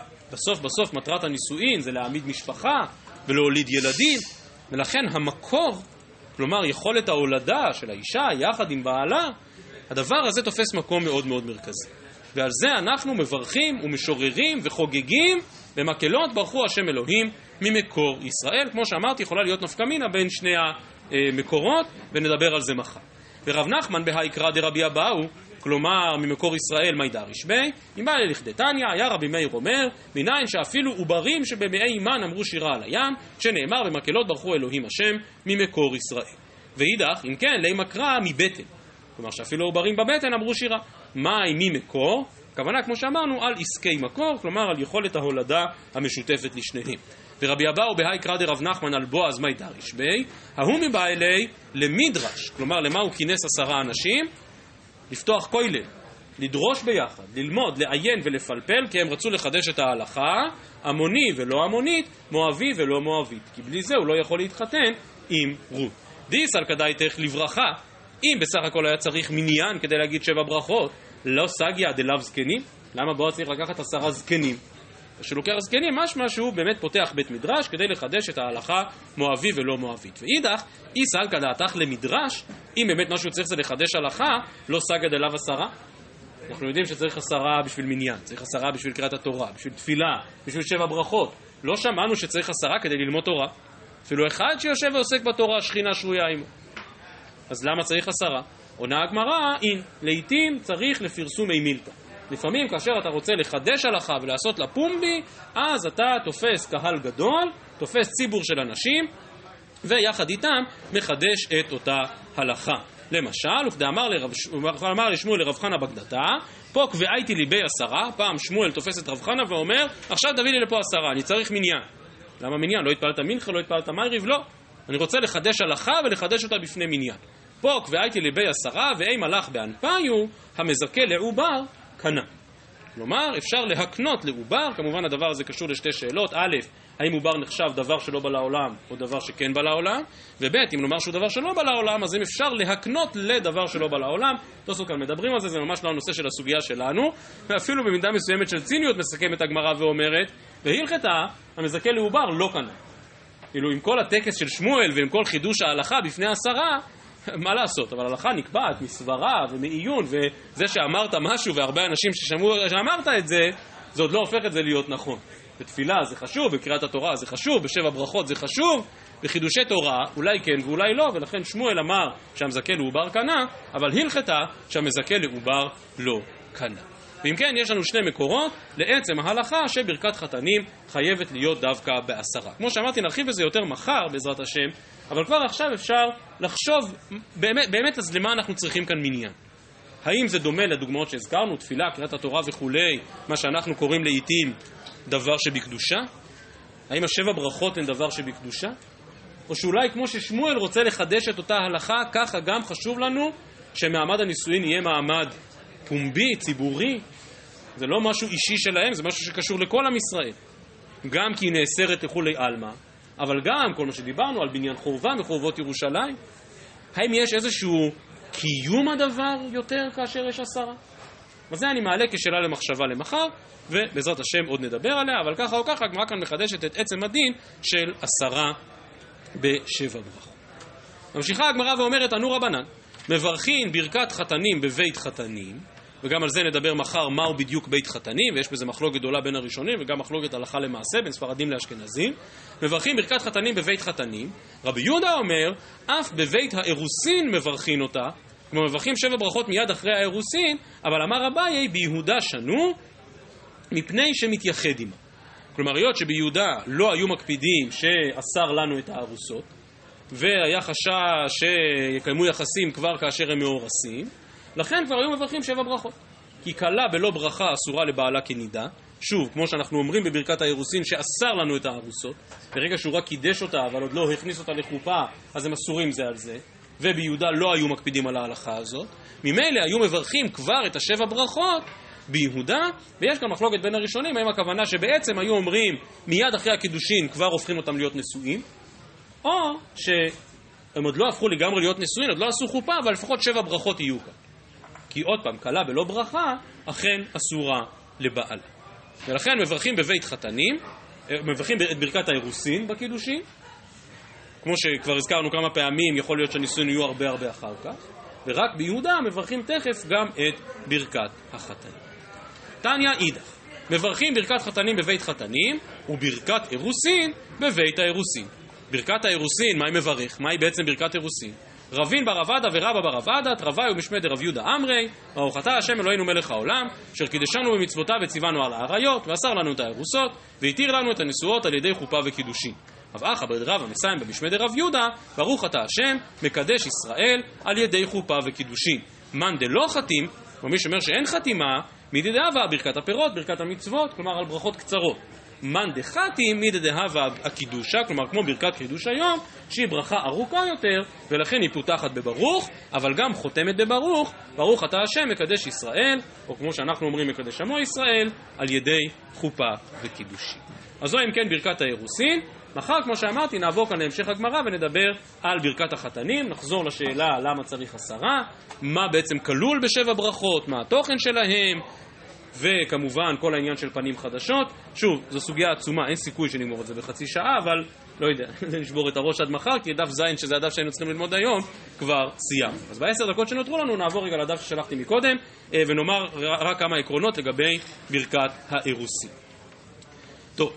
שבסוף מטרת הנישואין זה להעמיד משפחה ולהוליד ילדים, ולכן המקור, כלומר יכולת ההולדה של האישה יחד עם בעלה, הדבר הזה תופס מקום מאוד מאוד מרכזי. ועל זה אנחנו מברכים ומשוררים וחוגגים במקהלות ברכו השם אלוהים ממקור ישראל. כמו שאמרתי, יכולה להיות נפקמינה בין 2 המקורות, ונדבר על זה מחר. ורב נחמן בהאיקרא דרבי אבאו, כלומר ממקור ישראל מי דריש בי, אם בא לכדי תניא, היה רבי מאיר אומר, מניין שאפילו עוברים שבמאי אימן אמרו שירה על הים, שנאמר במקהלות ברכו אלוהים השם ממקור ישראל. ואידך, אם כן, לי מקרא מבטן, כלומר שאפילו עוברים בבטן אמרו שירה. מהי ממקור? הכוונה כמו שאמרנו על עסקי מקור, כלומר על יכולת ההולדה המשותפת לשניהם. ורבי אבאו בהאיקרא דרב נחמן על בועז מי דריש בי, ההוא מבא אלי למדרש, כלומר למה הוא כינס 10 אנשים? לפתוח כולל, לדרוש ביחד, ללמוד, לעיין ולפלפל, כי הם רצו לחדש את ההלכה, המוני ולא המונית, מואבי ולא מואבית, כי בלי זה הוא לא יכול להתחתן עם רות. דיסל כדאיתך לברכה, אם בסך הכל היה צריך מניין כדי להגיד 7 ברכות, לא סגיה דלאו זקנים? למה בועז צריך לקחת 10 זקנים? כשלוקח זקנים, משמע שהוא באמת פותח בית מדרש כדי לחדש את ההלכה מואבי ולא מואבית. ואידך, אי סלקא דעתך למדרש, אם באמת משהו צריך זה לחדש הלכה, לא סגיה דלאו 10. אנחנו יודעים שצריך 10 בשביל מניין, צריך 10 בשביל קריאת התורה, בשביל תפילה, בשביל 7 ברכות. לא שמענו שצריך 10 כדי ללמוד תורה. אפילו אחד שיושב ועוסק בתורה, שכינה שרויה עמו. אז למה צריך 10? עונה הגמרא, לעתים צריך לפרסומי מילתא. לפעמים כאשר אתה רוצה לחדש הלכה ולעשות לה פומבי, אז אתה תופס קהל גדול, תופס ציבור של אנשים, ויחד איתם מחדש את אותה הלכה. למשל, וכדאמר לשמואל לרב חנא בגדתא, פה קבעייתי ליבי 10, פעם שמואל תופס את רב חנא ואומר, עכשיו תביא לי לפה 10, אני צריך מניין. למה מניין? לא התפלת מנחה, לא התפלת מייריב? לא. אני רוצה לחדש הלכה ולחדש אותה בפני מניין. פה קבעייתי ליבי 10, ואי מלאך באנפיו, המזכה לעובר, קנה. כלומר, אפשר להקנות לעובר, כמובן הדבר הזה קשור לשתי שאלות. א', האם עובר נחשב דבר שלא בא לעולם או דבר שכן בא לעולם? וב', אם נאמר שהוא דבר שלא בא לעולם, אז אם אפשר להקנות לדבר שלא בא לעולם. תוספות כאן מדברים על זה, זה ממש לא הנושא של הסוגיה שלנו, ואפילו במידה מסוימת של ציניות מסכמת הגמרא ואומרת, והלכתה, המזכה לעובר לא קנה. כאילו עם כל הטקס של שמואל ועם כל חידוש ההלכה בפני 10, מה לעשות? אבל הלכה נקבעת מסברה ומעיון, וזה שאמרת משהו והרבה אנשים ששמעו שאמרת את זה, זה עוד לא הופך את זה להיות נכון. בתפילה זה חשוב, בקריאת התורה זה חשוב, ב7 ברכות זה חשוב, בחידושי תורה אולי כן ואולי לא, ולכן שמואל אמר שהמזכה לעובר קנה, אבל הלכתה שהמזכה לעובר לא קנה. ואם כן, יש לנו 2 מקורות לעצם ההלכה שברכת חתנים חייבת להיות דווקא ב10. כמו שאמרתי, נרחיב בזה יותר מחר בעזרת השם, אבל כבר עכשיו אפשר לחשוב באמת אז למה אנחנו צריכים כאן מניין. האם זה דומה לדוגמאות שהזכרנו, תפילה, קריאת התורה וכולי, מה שאנחנו קוראים לעתים דבר שבקדושה? האם 7 ברכות הן דבר שבקדושה? או שאולי כמו ששמואל רוצה לחדש את אותה הלכה, ככה גם חשוב לנו שמעמד הנישואין יהיה מעמד פומבי, ציבורי. זה לא משהו אישי שלהם, זה משהו שקשור לכל עם ישראל. גם כי היא נאסרת לכולי עלמא, אבל גם כל מה שדיברנו על בניין חורבן וחורבות ירושלים. האם יש איזשהו קיום הדבר יותר כאשר יש 10? וזה אני מעלה כשאלה למחשבה למחר, ובעזרת השם עוד נדבר עליה, אבל ככה או ככה, הגמרא כאן מחדשת את עצם הדין של 10 ב7 ברכות. ממשיכה הגמרא ואומרת, ענו רבנן, מברכין ברכת חתנים בבית חתנים, וגם על זה נדבר מחר מהו בדיוק בית חתנים, ויש בזה מחלוקת גדולה בין הראשונים, וגם מחלוקת הלכה למעשה בין ספרדים לאשכנזים. מברכים ברכת חתנים בבית חתנים. רבי יהודה אומר, אף בבית האירוסין מברכין אותה, כמו מברכים 7 ברכות מיד אחרי האירוסין, אבל אמר אביי, ביהודה שנו, מפני שמתייחד עמה. כלומר, היות שביהודה לא היו מקפידים שאסר לנו את הארוסות, והיה חשש שיקיימו יחסים כבר כאשר הם מאורסים, לכן כבר היו מברכים 7 ברכות. כי כלה בלא ברכה אסורה לבעלה כנידה, שוב, כמו שאנחנו אומרים בברכת האירוסין שאסר לנו את הארוסות, ברגע שהוא רק קידש אותה אבל עוד לא הכניס אותה לחופה, אז הם אסורים זה על זה, וביהודה לא היו מקפידים על ההלכה הזאת. ממילא היו מברכים כבר את 7 ברכות ביהודה, ויש כאן מחלוקת בין הראשונים, האם הכוונה שבעצם היו אומרים מיד אחרי הקידושין כבר הופכים אותם להיות נשואים, או שהם עוד לא הפכו לגמרי להיות נשואים, עוד לא עשו חופה, אבל לפחות 7 ברכות יהיו כאן. כי עוד פעם, כלה בלא ברכה, אכן אסורה לבעל. ולכן מברכים בבית חתנים, מברכים את ברכת האירוסין בקידושין, כמו שכבר הזכרנו כמה פעמים, יכול להיות שהנישואין יהיו הרבה אחר כך, ורק ביהודה מברכים תכף גם את ברכת החתנים. תניא אידך, מברכים ברכת חתנים בבית חתנים, וברכת אירוסין בבית האירוסין. ברכת האירוסין, מה היא מברך? מה היא בעצם ברכת אירוסין? רבין בר אבדה ורבא בר אבדת, רבי ומשמי דרב יהודה אמרי, ברוכתה השם אלוהינו מלך העולם, אשר קידשנו במצוותיו וציוונו על האריות, ואסר לנו את האירוסות, והתיר לנו את הנשואות על ידי חופה וקידושין. אב אחא ברב המסיים במשמי דרב יהודה, ברוך אתה השם, מקדש ישראל על ידי חופה וקידושין. מן דלא חתים, ומי שאומר שאין חתימה, מדדהבה ברכת הפירות, ברכת המצוות, כלומר על ברכות קצרות. מן דחתים מדדהבה הקידושה, כלומר כמו ברכת חידוש היום, שהיא ברכה ארוכה יותר, ולכן היא פותחת בברוך, אבל גם חותמת בברוך, ברוך אתה השם מקדש ישראל, או כמו שאנחנו אומרים מקדש עמו ישראל, על ידי חופה וקידושין. אז זו אם כן ברכת האירוסין, מחר, כמו שאמרתי, נעבור כאן להמשך הגמרא ונדבר על ברכת החתנים, נחזור לשאלה למה צריך 10, מה בעצם כלול בשבע ברכות, מה התוכן שלהם, וכמובן כל העניין של פנים חדשות. שוב, זו סוגיה עצומה, אין סיכוי שנגמור את זה בחצי שעה, אבל לא יודע, נשבור את הראש עד מחר, כי דף זין, שזה הדף שהיינו צריכים ללמוד היום, כבר סיימנו. אז ב10 דקות שנותרו לנו נעבור רגע לדף ששלחתי מקודם, ונאמר רק כמה עקרונות לגבי ברכת האירוסין. טוב,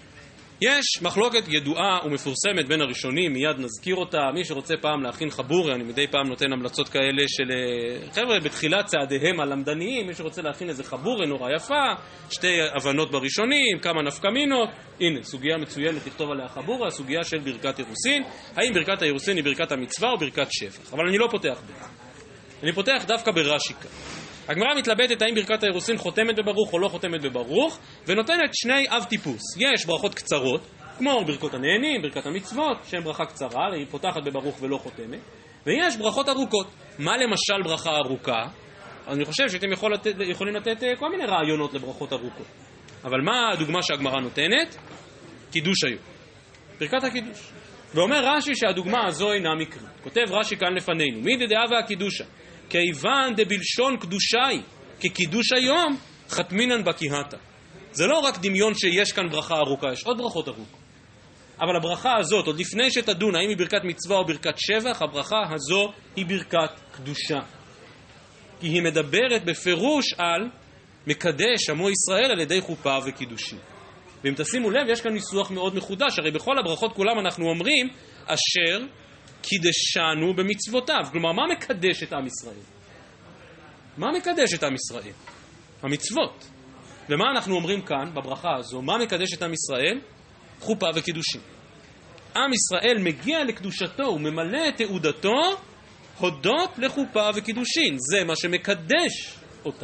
יש מחלוקת ידועה ומפורסמת בין הראשונים, מיד נזכיר אותה. מי שרוצה פעם להכין חבורה, אני מדי פעם נותן המלצות כאלה של חבר'ה בתחילת צעדיהם הלמדניים, מי שרוצה להכין איזה חבורה נורא יפה, 2 הבנות בראשונים, כמה נפקמינות, הנה סוגיה מצוינת לכתוב עליה חבורה, הסוגיה של ברכת אירוסין, האם ברכת האירוסין היא ברכת המצווה או ברכת שבח. אבל אני לא פותח בזה, אני פותח דווקא ברש"י כאן. הגמרא מתלבטת האם ברכת האירוסין חותמת בברוך או לא חותמת בברוך, ונותנת 2 אב טיפוס. יש ברכות קצרות, כמו ברכות הנהנים, ברכת המצוות, שהן ברכה קצרה, היא פותחת בברוך ולא חותמת, ויש ברכות ארוכות. מה למשל ברכה ארוכה? אני חושב שאתם יכולים לתת כל מיני רעיונות לברכות ארוכות. אבל מה הדוגמה שהגמרא נותנת? קידוש היום. ברכת הקידוש. ואומר רש"י שהדוגמה הזו אינה מקרית. כותב רש"י כאן לפנינו, מי דדאבה הקידושה? כיוון דבלשון קדושי, כקידוש היום, חתמינן בקיהתה. זה לא רק דמיון שיש כאן ברכה ארוכה, יש עוד ברכות ארוכות. אבל הברכה הזאת, עוד לפני שתדון האם היא ברכת מצווה או ברכת שבח, הברכה הזו היא ברכת קדושה. כי היא מדברת בפירוש על מקדש עמו ישראל על ידי חופה וקידושים. ואם תשימו לב, יש כאן ניסוח מאוד מחודש, הרי בכל הברכות כולם אנחנו אומרים, אשר קידשנו במצוותיו. כלומר, מה מקדש את עם ישראל? מה מקדש את עם ישראל? המצוות. ומה אנחנו אומרים כאן, בברכה הזו? מה מקדש את עם ישראל? חופה וקידושים. עם ישראל מגיע לקדושתו וממלא את תעודתו הודות לחופה וקידושין. זה מה שמקדש אותה.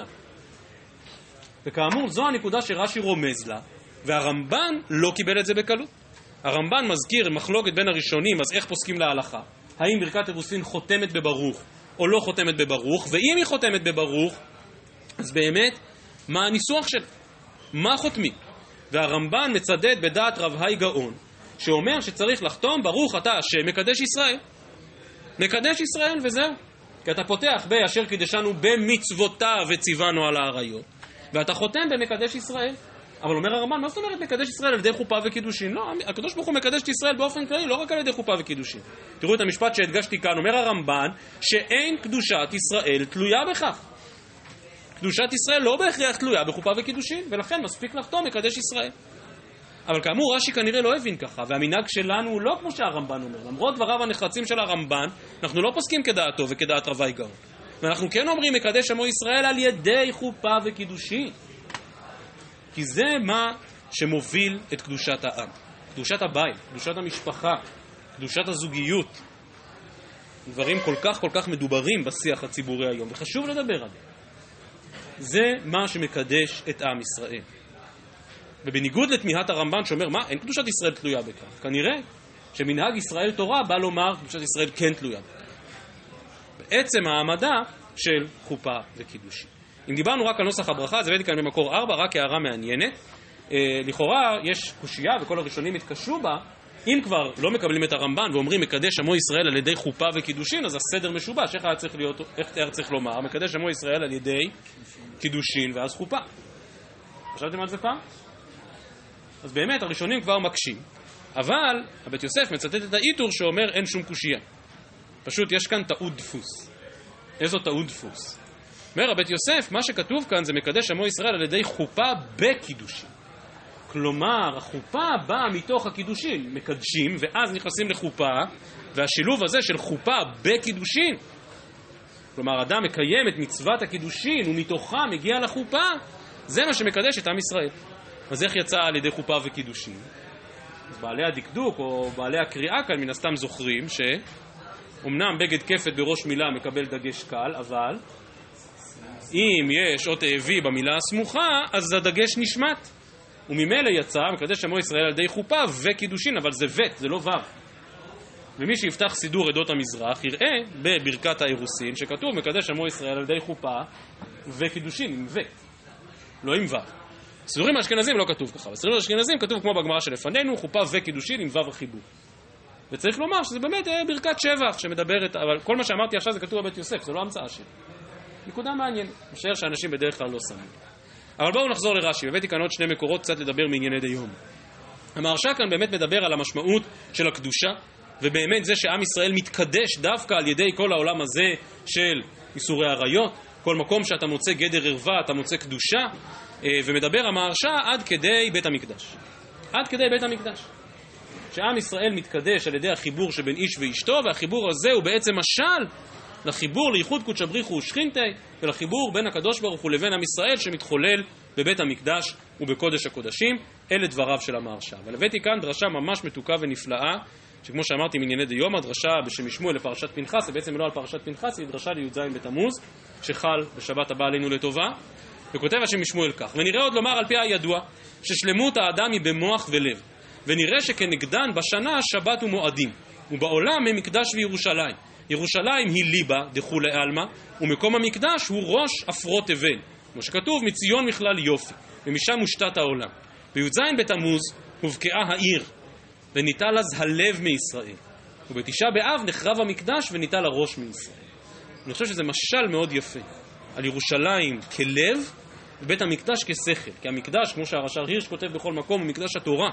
וכאמור, זו הנקודה שרש"י רומז לה, והרמב"ן לא קיבל את זה בקלות. הרמב"ן מזכיר מחלוקת בין הראשונים, אז איך פוסקים להלכה? האם ברכת אירוסין חותמת בברוך או לא חותמת בברוך? ואם היא חותמת בברוך, אז באמת, מה הניסוח שלה? מה חותמים? והרמב"ן מצדד בדעת רב היי גאון, שאומר שצריך לחתום ברוך אתה השם מקדש ישראל. מקדש ישראל וזהו. כי אתה פותח באשר קידשנו במצוותיו וציוונו על האריות, ואתה חותם במקדש ישראל. אבל אומר הרמב"ן, מה זאת אומרת מקדש ישראל על ידי חופה וקידושין? לא, הקדוש ברוך הוא מקדש את ישראל באופן כללי, לא רק על ידי חופה וקידושין. תראו את המשפט שהדגשתי כאן, אומר הרמב"ן, שאין קדושת ישראל תלויה בכך. קדושת ישראל לא בהכרח תלויה בחופה וקידושין, ולכן מספיק לחתום מקדש ישראל. אבל כאמור, רש"י כנראה לא הבין ככה, והמנהג שלנו הוא לא כמו שהרמב"ן אומר. למרות דבריו הנחרצים של הרמב"ן, אנחנו לא פוסקים כדעתו וכדעת רבי גאון. ואנחנו כן אומרים מקדש עמו ישראל על ידי חופה וקידושין. כי זה מה שמוביל את קדושת העם. קדושת הבית, קדושת המשפחה, קדושת הזוגיות. דברים כל כך מדוברים בשיח הציבורי היום, וחשוב לדבר עליהם. זה מה שמקדש את עם ישראל. ובניגוד לתמיהת הרמב"ן שאומר, מה, אין קדושת ישראל תלויה בכך. כנראה שמנהג ישראל תורה בא לומר, קדושת ישראל כן תלויה בכך. בעצם העמדה של חופה וקידושין. אם דיברנו רק על נוסח הברכה, אז הבאתי כאן במקור 4, רק הערה מעניינת. לכאורה יש קושייה וכל הראשונים התקשו בה, אם כבר לא מקבלים את הרמב"ן ואומרים מקדש עמו ישראל על ידי חופה וקידושין, אז הסדר משובש. איך היה צריך לומר? מקדש עמו ישראל על ידי קידושין ואז חופה. חשבתם על זה פעם? אז באמת הראשונים כבר מקשים, אבל הבית יוסף מצטט את האיתור שאומר אין שום קושייה. פשוט יש כאן טעות דפוס. איזו טעות דפוס? אומר הבית יוסף, מה שכתוב כאן זה מקדש עמו ישראל על ידי חופה בקידושין. כלומר, החופה באה מתוך הקידושין. מקדשים ואז נכנסים לחופה, והשילוב הזה של חופה בקידושין, כלומר, אדם מקיים את מצוות הקידושין ומתוכה מגיע לחופה, זה מה שמקדש את עם ישראל. אז איך יצא על ידי חופה וקידושין? אז בעלי הדקדוק או בעלי הקריאה כאן מן הסתם זוכרים שאומנם בגד כפת בראש מילה מקבל דגש קל, אבל אם יש אות האבי במילה הסמוכה, אז הדגש נשמט. וממילא יצא, מקדש עמו ישראל על ידי חופה וקידושין, אבל זה ות, זה לא וו. ומי שיפתח סידור עדות המזרח יראה בברכת האירוסין שכתוב מקדש עמו ישראל על ידי חופה וקידושין עם ות, לא עם וו. סידורים האשכנזים לא כתוב ככה, בסידורים האשכנזים כתוב כמו בגמרא שלפנינו, חופה וקידושין עם וו החיבור. וצריך לומר שזה באמת ברכת שבח שמדברת, אבל כל מה שאמרתי עכשיו זה כתוב בבית יוסף, זה לא המצאה שלי. נקודה מעניינת, משער שאנשים בדרך כלל לא שמים. אבל בואו נחזור לרש"י, הבאתי כאן עוד שני מקורות קצת לדבר מענייני דיום. המהרש"א כאן באמת מדבר על המשמעות של הקדושה, ובאמת זה שעם ישראל מתקדש דווקא על ידי כל העולם הזה של איסורי עריות, כל מקום שאתה מוצא גדר ערווה אתה מוצא קדושה, ומדבר המהרש"א עד כדי בית המקדש. עד כדי בית המקדש. שעם ישראל מתקדש על ידי החיבור שבין איש ואשתו, והחיבור הזה הוא בעצם משל לחיבור לייחוד קודשא בריך הוא ושכינתי, ולחיבור בין הקדוש ברוך הוא לבין עם ישראל שמתחולל בבית המקדש ובקודש הקודשים. אלה דבריו של המהרש"א. אבל הבאתי כאן דרשה ממש מתוקה ונפלאה, שכמו שאמרתי מענייני דיומא, דרשה בשם שמואל לפרשת פנחס, זה בעצם לא על פרשת פנחס, היא דרשה לי"ז בתמוז, שחל בשבת הבא עלינו לטובה, וכותב השם שמואל כך: ונראה עוד לומר על פי הידוע, ששלמות האדם היא במוח ולב, ונראה שכנגדן בשנה שבת ומועדים, ובעולם הם מקדש וירושלים. ירושלים היא ליבה דכולי עלמא, ומקום המקדש הוא ראש אפרות תבל, כמו שכתוב מציון מכלל יופי, ומשם מושתת העולם. בי"ז בתמוז הובקעה העיר, וניטל אז הלב מישראל, ובתשעה באב נחרב המקדש וניטל הראש מישראל. אני חושב שזה משל מאוד יפה על ירושלים כלב ובית המקדש כשכל, כי המקדש, כמו שהרש"ר הירש כותב בכל מקום, הוא מקדש התורה,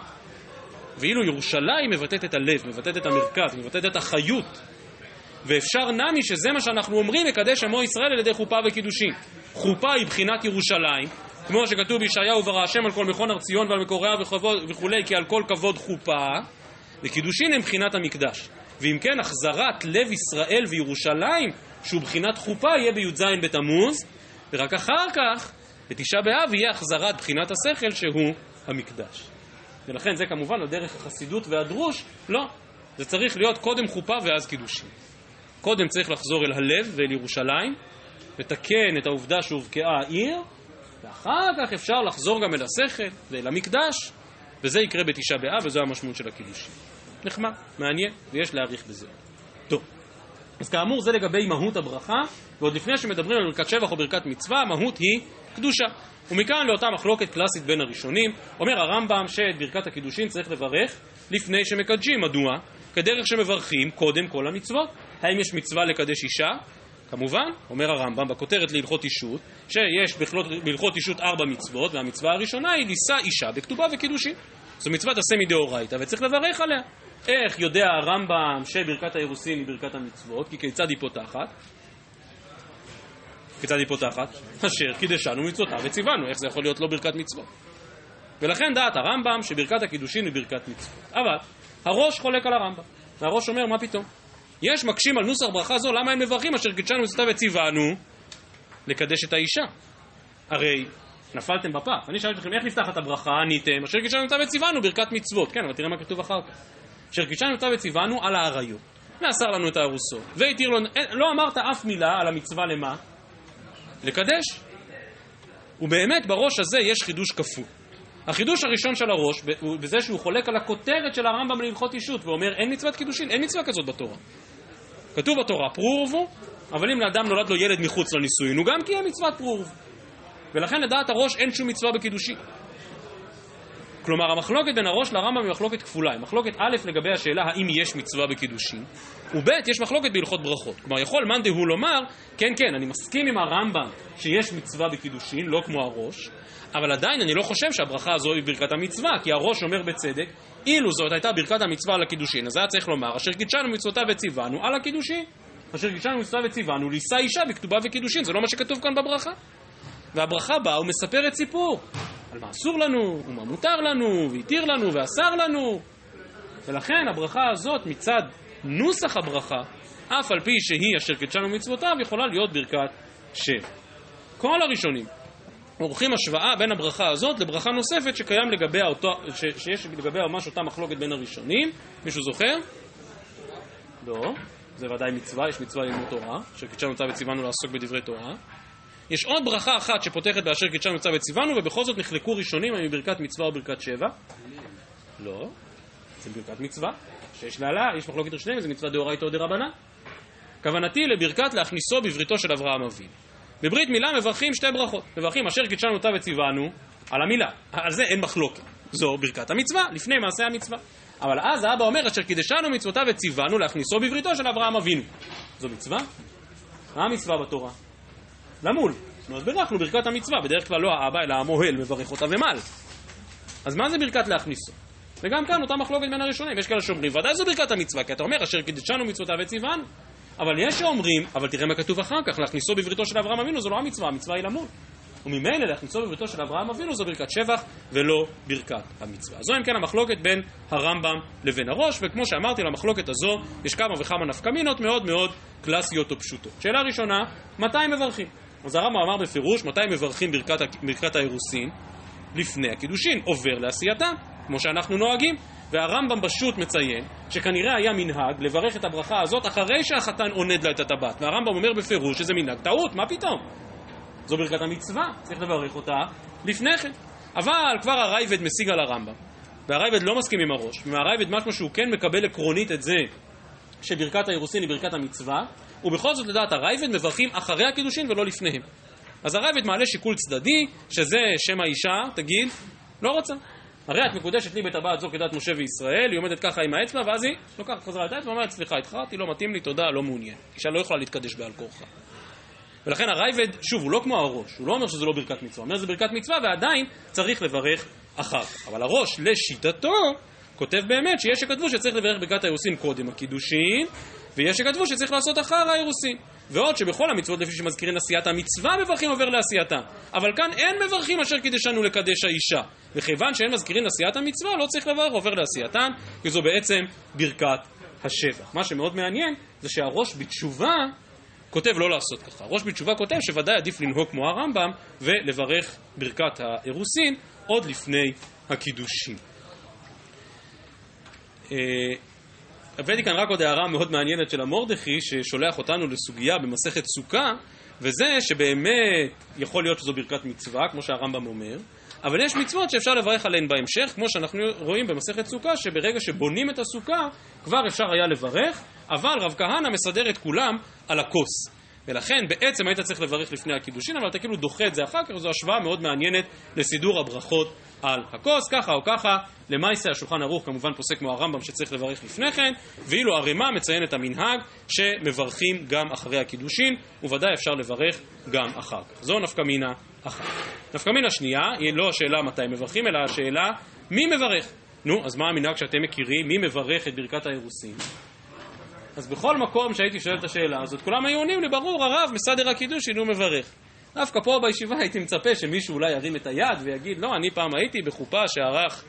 ואילו ירושלים מבטאת את הלב, מבטאת את המרכז, מבטאת את החיות. ואפשר נמי שזה מה שאנחנו אומרים, מקדש עמו ישראל על ידי חופה וקידושין. חופה היא בחינת ירושלים, כמו שכתוב בישעיהו ברא השם על כל מכון הר ציון ועל מקוריה וכולי, כי על כל כבוד חופה, וקידושין הם בחינת המקדש. ואם כן, החזרת לב ישראל וירושלים, שהוא בחינת חופה, יהיה בי"ז בתמוז, ורק אחר כך, בתשעה באב, יהיה החזרת בחינת השכל שהוא המקדש. ולכן זה כמובן על דרך החסידות והדרוש, לא. זה צריך להיות קודם חופה ואז קידושין. קודם צריך לחזור אל הלב ואל ירושלים, ותקן את העובדה שהובקעה העיר, ואחר כך אפשר לחזור גם אל השכל ואל המקדש, וזה יקרה בתשעה באב, וזו המשמעות של הקידושין. נחמד, מעניין, ויש להעריך בזה. טוב, אז כאמור זה לגבי מהות הברכה, ועוד לפני שמדברים על ברכת שבח או ברכת מצווה, המהות היא קדושה. ומכאן לאותה מחלוקת קלאסית בין הראשונים, אומר הרמב"ם שאת ברכת הקידושין צריך לברך לפני שמקדשים. מדוע? כדרך שמברכים קודם כל המצוות. האם יש מצווה לקדש אישה? כמובן, אומר הרמב"ם בכותרת להלכות אישות, שיש בהלכות אישות 4 מצוות, והמצווה הראשונה היא לישא אישה בכתובה וקידושין. זו מצוות עשה מדאורייתא וצריך לברך עליה. איך יודע הרמב"ם שברכת האירוסין היא ברכת המצוות? כי כיצד היא פותחת? כיצד היא פותחת? אשר קידשנו מצוותיו וציוונו. איך זה יכול להיות לא ברכת מצוות? ולכן דעת הרמב"ם שברכת הקידושין היא ברכת מצוות. אבל הראש חולק על הרמב"ם, והראש אומר מה פתאום? יש מקשים על נוסח ברכה זו, למה הם מברכים אשר קידשנו מצוותיו וציוונו לקדש את האישה? הרי נפלתם בפח. אני שאלתי לכם איך נפתח את הברכה, עניתם אשר קידשנו מצוותיו וציוונו ברכת מצוות. כן, אבל תראה מה כתוב אחר כך. אשר קידשנו מצוותיו וציוונו על העריות, ואסר לנו את הארוסות, והתיר לו, לא אמרת אף מילה על המצווה למה? לקדש. ובאמת בראש הזה יש חידוש כפול. החידוש הראשון של הראש, בזה שהוא חולק על הכותרת של הרמב"ם להלכות אישות, ואומר אין מצוות קידושין, אין מצווה כזאת בתורה. כתוב בתורה פרו ורבו, אבל אם לאדם נולד לו ילד מחוץ לנישואין, הוא גם קיים מצוות פרו ורבו. ולכן לדעת הראש אין שום מצווה בקידושין. כלומר המחלוקת בין הראש לרמב"ם היא מחלוקת כפולה. מחלוקת א' לגבי השאלה האם יש מצווה בקידושין, וב' יש מחלוקת בהלכות ברכות. כלומר יכול מאן דהוא לומר, כן, אני מסכים עם הרמב"ם שיש מצווה בקידושין, לא כמו הראש, אבל עדיין אני לא חושב שהברכה הזו היא ברכת המצווה, כי הראש אומר בצדק, אילו זאת הייתה ברכת המצווה על הקידושין, אז היה צריך לומר, אשר קידשנו מצוותיו וציוונו על הקידושין, אשר קידשנו מצוותיו וציוונו לישא אישה בכתובה וקידושין, זה לא מה שכתוב כאן בברכה. והברכה באה ומספרת סיפור על מה אסור לנו, ומה מותר לנו, והתיר לנו, ואסר לנו. ולכן הברכה הזאת מצד נוסח הברכה, אף על פי שהיא אשר קידשנו מצוותיו, יכולה להיות ברכת שבח. כל הראשונים עורכים השוואה בין הברכה הזאת לברכה נוספת שקיים לגביה שיש לגביה ממש אותה מחלוקת בין הראשונים. מישהו זוכר? לא, זה ודאי מצווה, יש מצווה ללמוד תורה, אשר קידשנו מצוותיו וציוונו לעסוק בדברי תורה. יש עוד ברכה אחת שפותחת באשר קידשנו מצוותיו וציוונו, ובכל זאת נחלקו ראשונים האם היא ברכת מצווה או ברכת שבח. לא, זה ברכת מצווה, שיש לעלה, יש מחלוקת ראשונים, זה מצווה דאורייתא או דרבנן. כוונתי לברכת להכניסו בבריתו של אברהם אבינו. בברית מילה מברכים 2 ברכות. מברכים אשר קידשנו מצוותיו וציוונו על המילה, על זה אין מחלוקת. זו ברכת המצווה, לפני מעשה המצווה. אבל אז האבא אומר, אשר קידשנו מצוותיו וציוונו להכניסו בבריתו של אברהם אבינו. זו מצווה? מה המצווה בתורה? למול. אז ברכנו ברכת המצווה, בדרך כלל לא האבא אלא המוהל מברך אותה ומל. אז מה זה ברכת להכניסו? וגם כאן אותה מחלוקת בין הראשונים. יש כאלה שאומרים, ודאי זו ברכת המצווה, כי אתה אומר, אשר קידשנו מצוותיו וציוונו. אבל יש שאומרים, אבל תראה מה כתוב אחר כך, להכניסו בבריתו של אברהם אבינו, זו לא המצווה, המצווה היא למול. וממילא להכניסו בבריתו של אברהם אבינו זו ברכת שבח ולא ברכת המצווה. זו אם כן המחלוקת בין הרמב"ם לבין הראש, וכמו שאמרתי, למחלוקת הזו יש כמה וכמה נפקמינות מאוד מאוד קלאסיות או פשוטות. שאלה ראשונה, מתי מברכים? אז הרמב"ם אמר בפירוש, מתי מברכים ברכת האירוסין? לפני הקידושין, עובר לעשייתם, כמו שאנחנו נוהגים. והרמב"ם פשוט מציין שכנראה היה מנהג לברך את הברכה הזאת אחרי שהחתן עונד לה את הטבעת. והרמב"ם אומר בפירוש שזה מנהג טעות, מה פתאום? זו ברכת המצווה, צריך לברך אותה לפני כן. אבל כבר הרייבד משיג על הרמב"ם, והרייבד לא מסכים עם הראש, והרייבד משהו שהוא כן מקבל עקרונית את זה שברכת האירוסין היא ברכת המצווה, ובכל זאת לדעת הרייבד מברכים אחרי הקידושין ולא לפניהם. אז הרייבד מעלה שיקול צדדי, שזה שם האישה, תגיד, לא רוצה. הרי את מקודשת לי בטבעת זו כדת משה וישראל, היא עומדת ככה עם האצבע, ואז היא לוקחת חזרה את האצבע ואומרת, סליחה, התחרתי, לא מתאים לי, תודה, לא מעוניין. אישה לא יכולה להתקדש בעל כורחה. ולכן הרייבד, שוב, הוא לא כמו הראש, הוא לא אומר שזה לא ברכת מצווה, הוא אומר שזה ברכת מצווה ועדיין צריך לברך אחר. אבל הראש, לשיטתו, כותב באמת שיש שכתבו שצריך לברך ברכת האירוסין קודם הקידושין, ויש שכתבו שצריך לעשות אחר האירוסין. ועוד שבכל המצוות לפי שמזכירים עשיית המצווה מברכים עובר לעשייתה. אבל כאן אין מברכים אשר קידשנו לקדש האישה. וכיוון שאין מזכירים עשיית המצווה, לא צריך לברך עובר לעשייתן, כי זו בעצם ברכת השבח. מה שמאוד מעניין זה שהראש בתשובה כותב לא לעשות ככה. ראש בתשובה כותב שוודאי עדיף לנהוג כמו הרמב"ם ולברך ברכת האירוסין עוד לפני הקידושין. הבאתי כאן רק עוד הערה מאוד מעניינת של המורדכי ששולח אותנו לסוגיה במסכת סוכה, וזה שבאמת יכול להיות שזו ברכת מצווה כמו שהרמב"ם אומר, אבל יש מצוות שאפשר לברך עליהן בהמשך, כמו שאנחנו רואים במסכת סוכה, שברגע שבונים את הסוכה כבר אפשר היה לברך, אבל רב כהנא מסדר את כולם על הכוס. ולכן בעצם היית צריך לברך לפני הקידושין, אבל אתה כאילו דוחה את זה אחר כך, וזו השוואה מאוד מעניינת לסידור הברכות על הכוס, ככה או ככה. למעשה השולחן ערוך כמובן פוסק כמו הרמב"ם שצריך לברך לפני כן, ואילו הרמ"א מציין את המנהג שמברכים גם אחרי הקידושין, וודאי אפשר לברך גם אחר כך. זו נפקמינה אחת. נפקמינה שנייה היא לא השאלה מתי מברכים, אלא השאלה מי מברך. נו, אז מה המנהג שאתם מכירים? מי מברך את ברכת האירוסין? אז בכל מקום שהייתי שואל את השאלה הזאת, כולם היו עונים לי, ברור, הרב מסדר הקידושין הוא מברך. דווקא פה בישיבה הייתי מצפה שמישהו אולי ירים את היד ויגיד, לא, אני פעם הייתי בחופה שערך,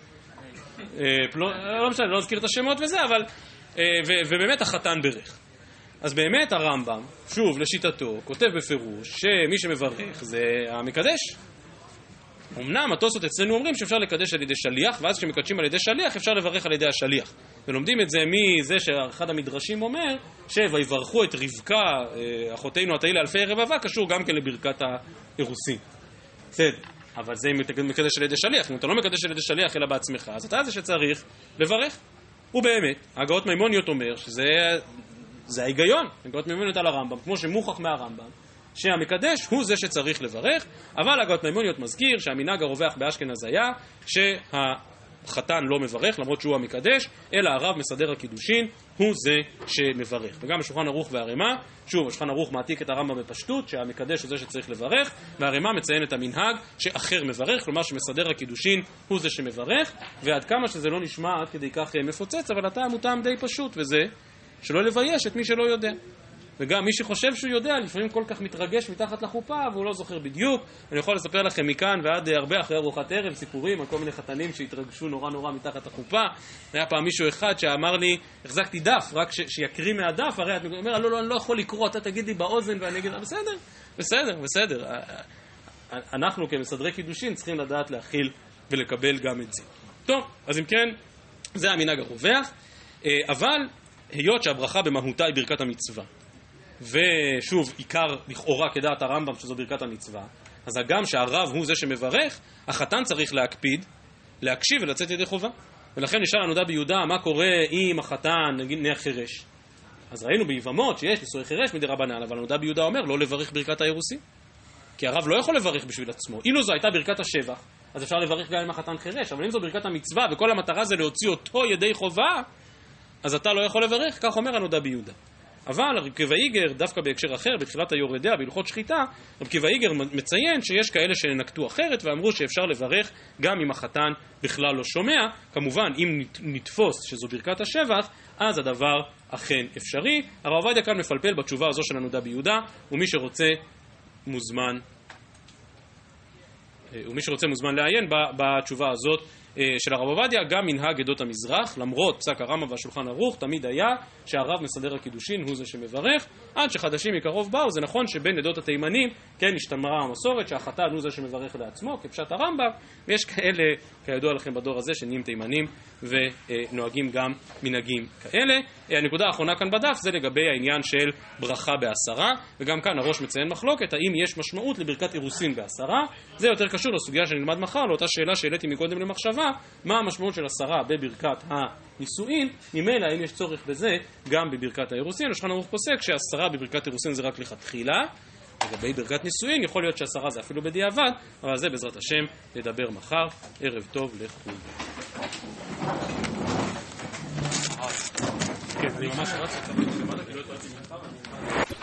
לא משנה, לא אזכיר את השמות וזה, אבל, ובאמת החתן ברך. אז באמת הרמב"ם, שוב לשיטתו, כותב בפירוש שמי שמברך זה המקדש. אמנם התוספות אצלנו אומרים שאפשר לקדש על ידי שליח, ואז כשמקדשים על ידי שליח אפשר לברך על ידי השליח. ולומדים את זה מזה שאחד המדרשים אומר ויברכו את רבקה, אחותינו התהילה אלפי רבבה, קשור גם כן לברכת האירוסין. בסדר, אבל זה מקדש על ידי שליח. אם אתה לא מקדש על ידי שליח אלא בעצמך, אז אתה זה שצריך לברך. ובאמת, הגאות מימוניות אומר שזה ההיגיון, הגאות מימוניות על הרמב"ם, כמו שמוכח מהרמב"ם, שהמקדש הוא זה שצריך לברך, אבל הגאות מימוניות מזכיר שהמנהג הרווח באשכנז היה שהחתן לא מברך למרות שהוא המקדש, אלא הרב מסדר הקידושין הוא זה שמברך. וגם השולחן ערוך והרמ"א, שוב השולחן ערוך מעתיק את הרמב"ם בפשטות שהמקדש הוא זה שצריך לברך, והרמ"א מציין את המנהג שאחר מברך, כלומר שמסדר הקידושין הוא זה שמברך. ועד כמה שזה לא נשמע עד כדי כך מפוצץ, אבל הטעם הוא טעם די פשוט, וזה שלא לבייש את מי שלא יודע. וגם מי שחושב שהוא יודע, לפעמים כל כך מתרגש מתחת לחופה, והוא לא זוכר בדיוק. אני יכול לספר לכם מכאן ועד הרבה אחרי ארוחת ערב, סיפורים על כל מיני חתנים שהתרגשו נורא נורא מתחת לחופה. היה פעם מישהו אחד שאמר לי, החזקתי דף, רק שיקריא מהדף, הרי אני אומר, לא, אני לא יכול לקרוא, אתה תגיד לי באוזן, ואני אגיד, בסדר. אנחנו כמסדרי קידושין צריכים לדעת להכיל ולקבל גם את זה. טוב, אז אם כן, זה המנהג הרווח, אבל היות שהברכה במהותה היא ברכת המצווה, ושוב, עיקר לכאורה כדעת הרמב"ם שזו ברכת המצווה, אז הגם שהרב הוא זה שמברך, החתן צריך להקפיד, להקשיב ולצאת ידי חובה. ולכן נשאל הנודע ביהודה מה קורה אם החתן נגיד נר חירש. אז ראינו ביבמות שיש נישואי חירש מדי רבנן, אבל הנודע ביהודה אומר לא לברך ברכת האירוסין, כי הרב לא יכול לברך בשביל עצמו. אילו זו הייתה ברכת השבח, אז אפשר לברך גם עם החתן חירש, אבל אם זו ברכת המצווה וכל המטרה זה להוציא אותו ידי חובה, אז אתה לא יכול לברך, כך אומר הנודע ביהודה. אבל רב עקיבא איגר, דווקא בהקשר אחר, בתחילת היורדיה, בהלכות שחיטה, רב עקיבא איגר מציין שיש כאלה שנקטו אחרת ואמרו שאפשר לברך גם אם החתן בכלל לא שומע. כמובן, אם נתפוס שזו ברכת השבח, אז הדבר אכן אפשרי. הרב עובדיה כאן מפלפל בתשובה הזו של הנודע ביהודה, ומי שרוצה מוזמן לעיין בתשובה הזאת של הרב עובדיה. גם מנהג עדות המזרח, למרות פסק הרמב"ם והשולחן ערוך, תמיד היה שהרב מסדר הקידושין הוא זה שמברך, עד שחדשים מקרוב באו. זה נכון שבין עדות התימנים כן השתמרה המסורת שהחתן הוא זה שמברך לעצמו כפשט הרמב"ם, ויש כאלה כידוע לכם בדור הזה שנהיים תימנים ונוהגים גם מנהגים כאלה. הנקודה האחרונה כאן בדף זה לגבי העניין של ברכה בעשרה, וגם כאן הראש מציין מחלוקת האם יש משמעות לברכת אירוסין בעשרה. זה יותר קשור לסוגיה שנלמד מחר, לאותה שאלה שהעליתי מקודם למחשבה, מה המשמעות של עשרה בברכת הנישואין, ממילא האם יש צורך בזה גם בברכת האירוסין. השולחן ערוך פוסק שעשרה בברכת אירוסין זה רק לכתחילה, לגבי ברכת נישואין יכול להיות שעשרה זה אפילו בדיעבד, אבל זה בעזרת השם נדבר מחר. ערב טוב לכולם. כן, אני ממש רץ,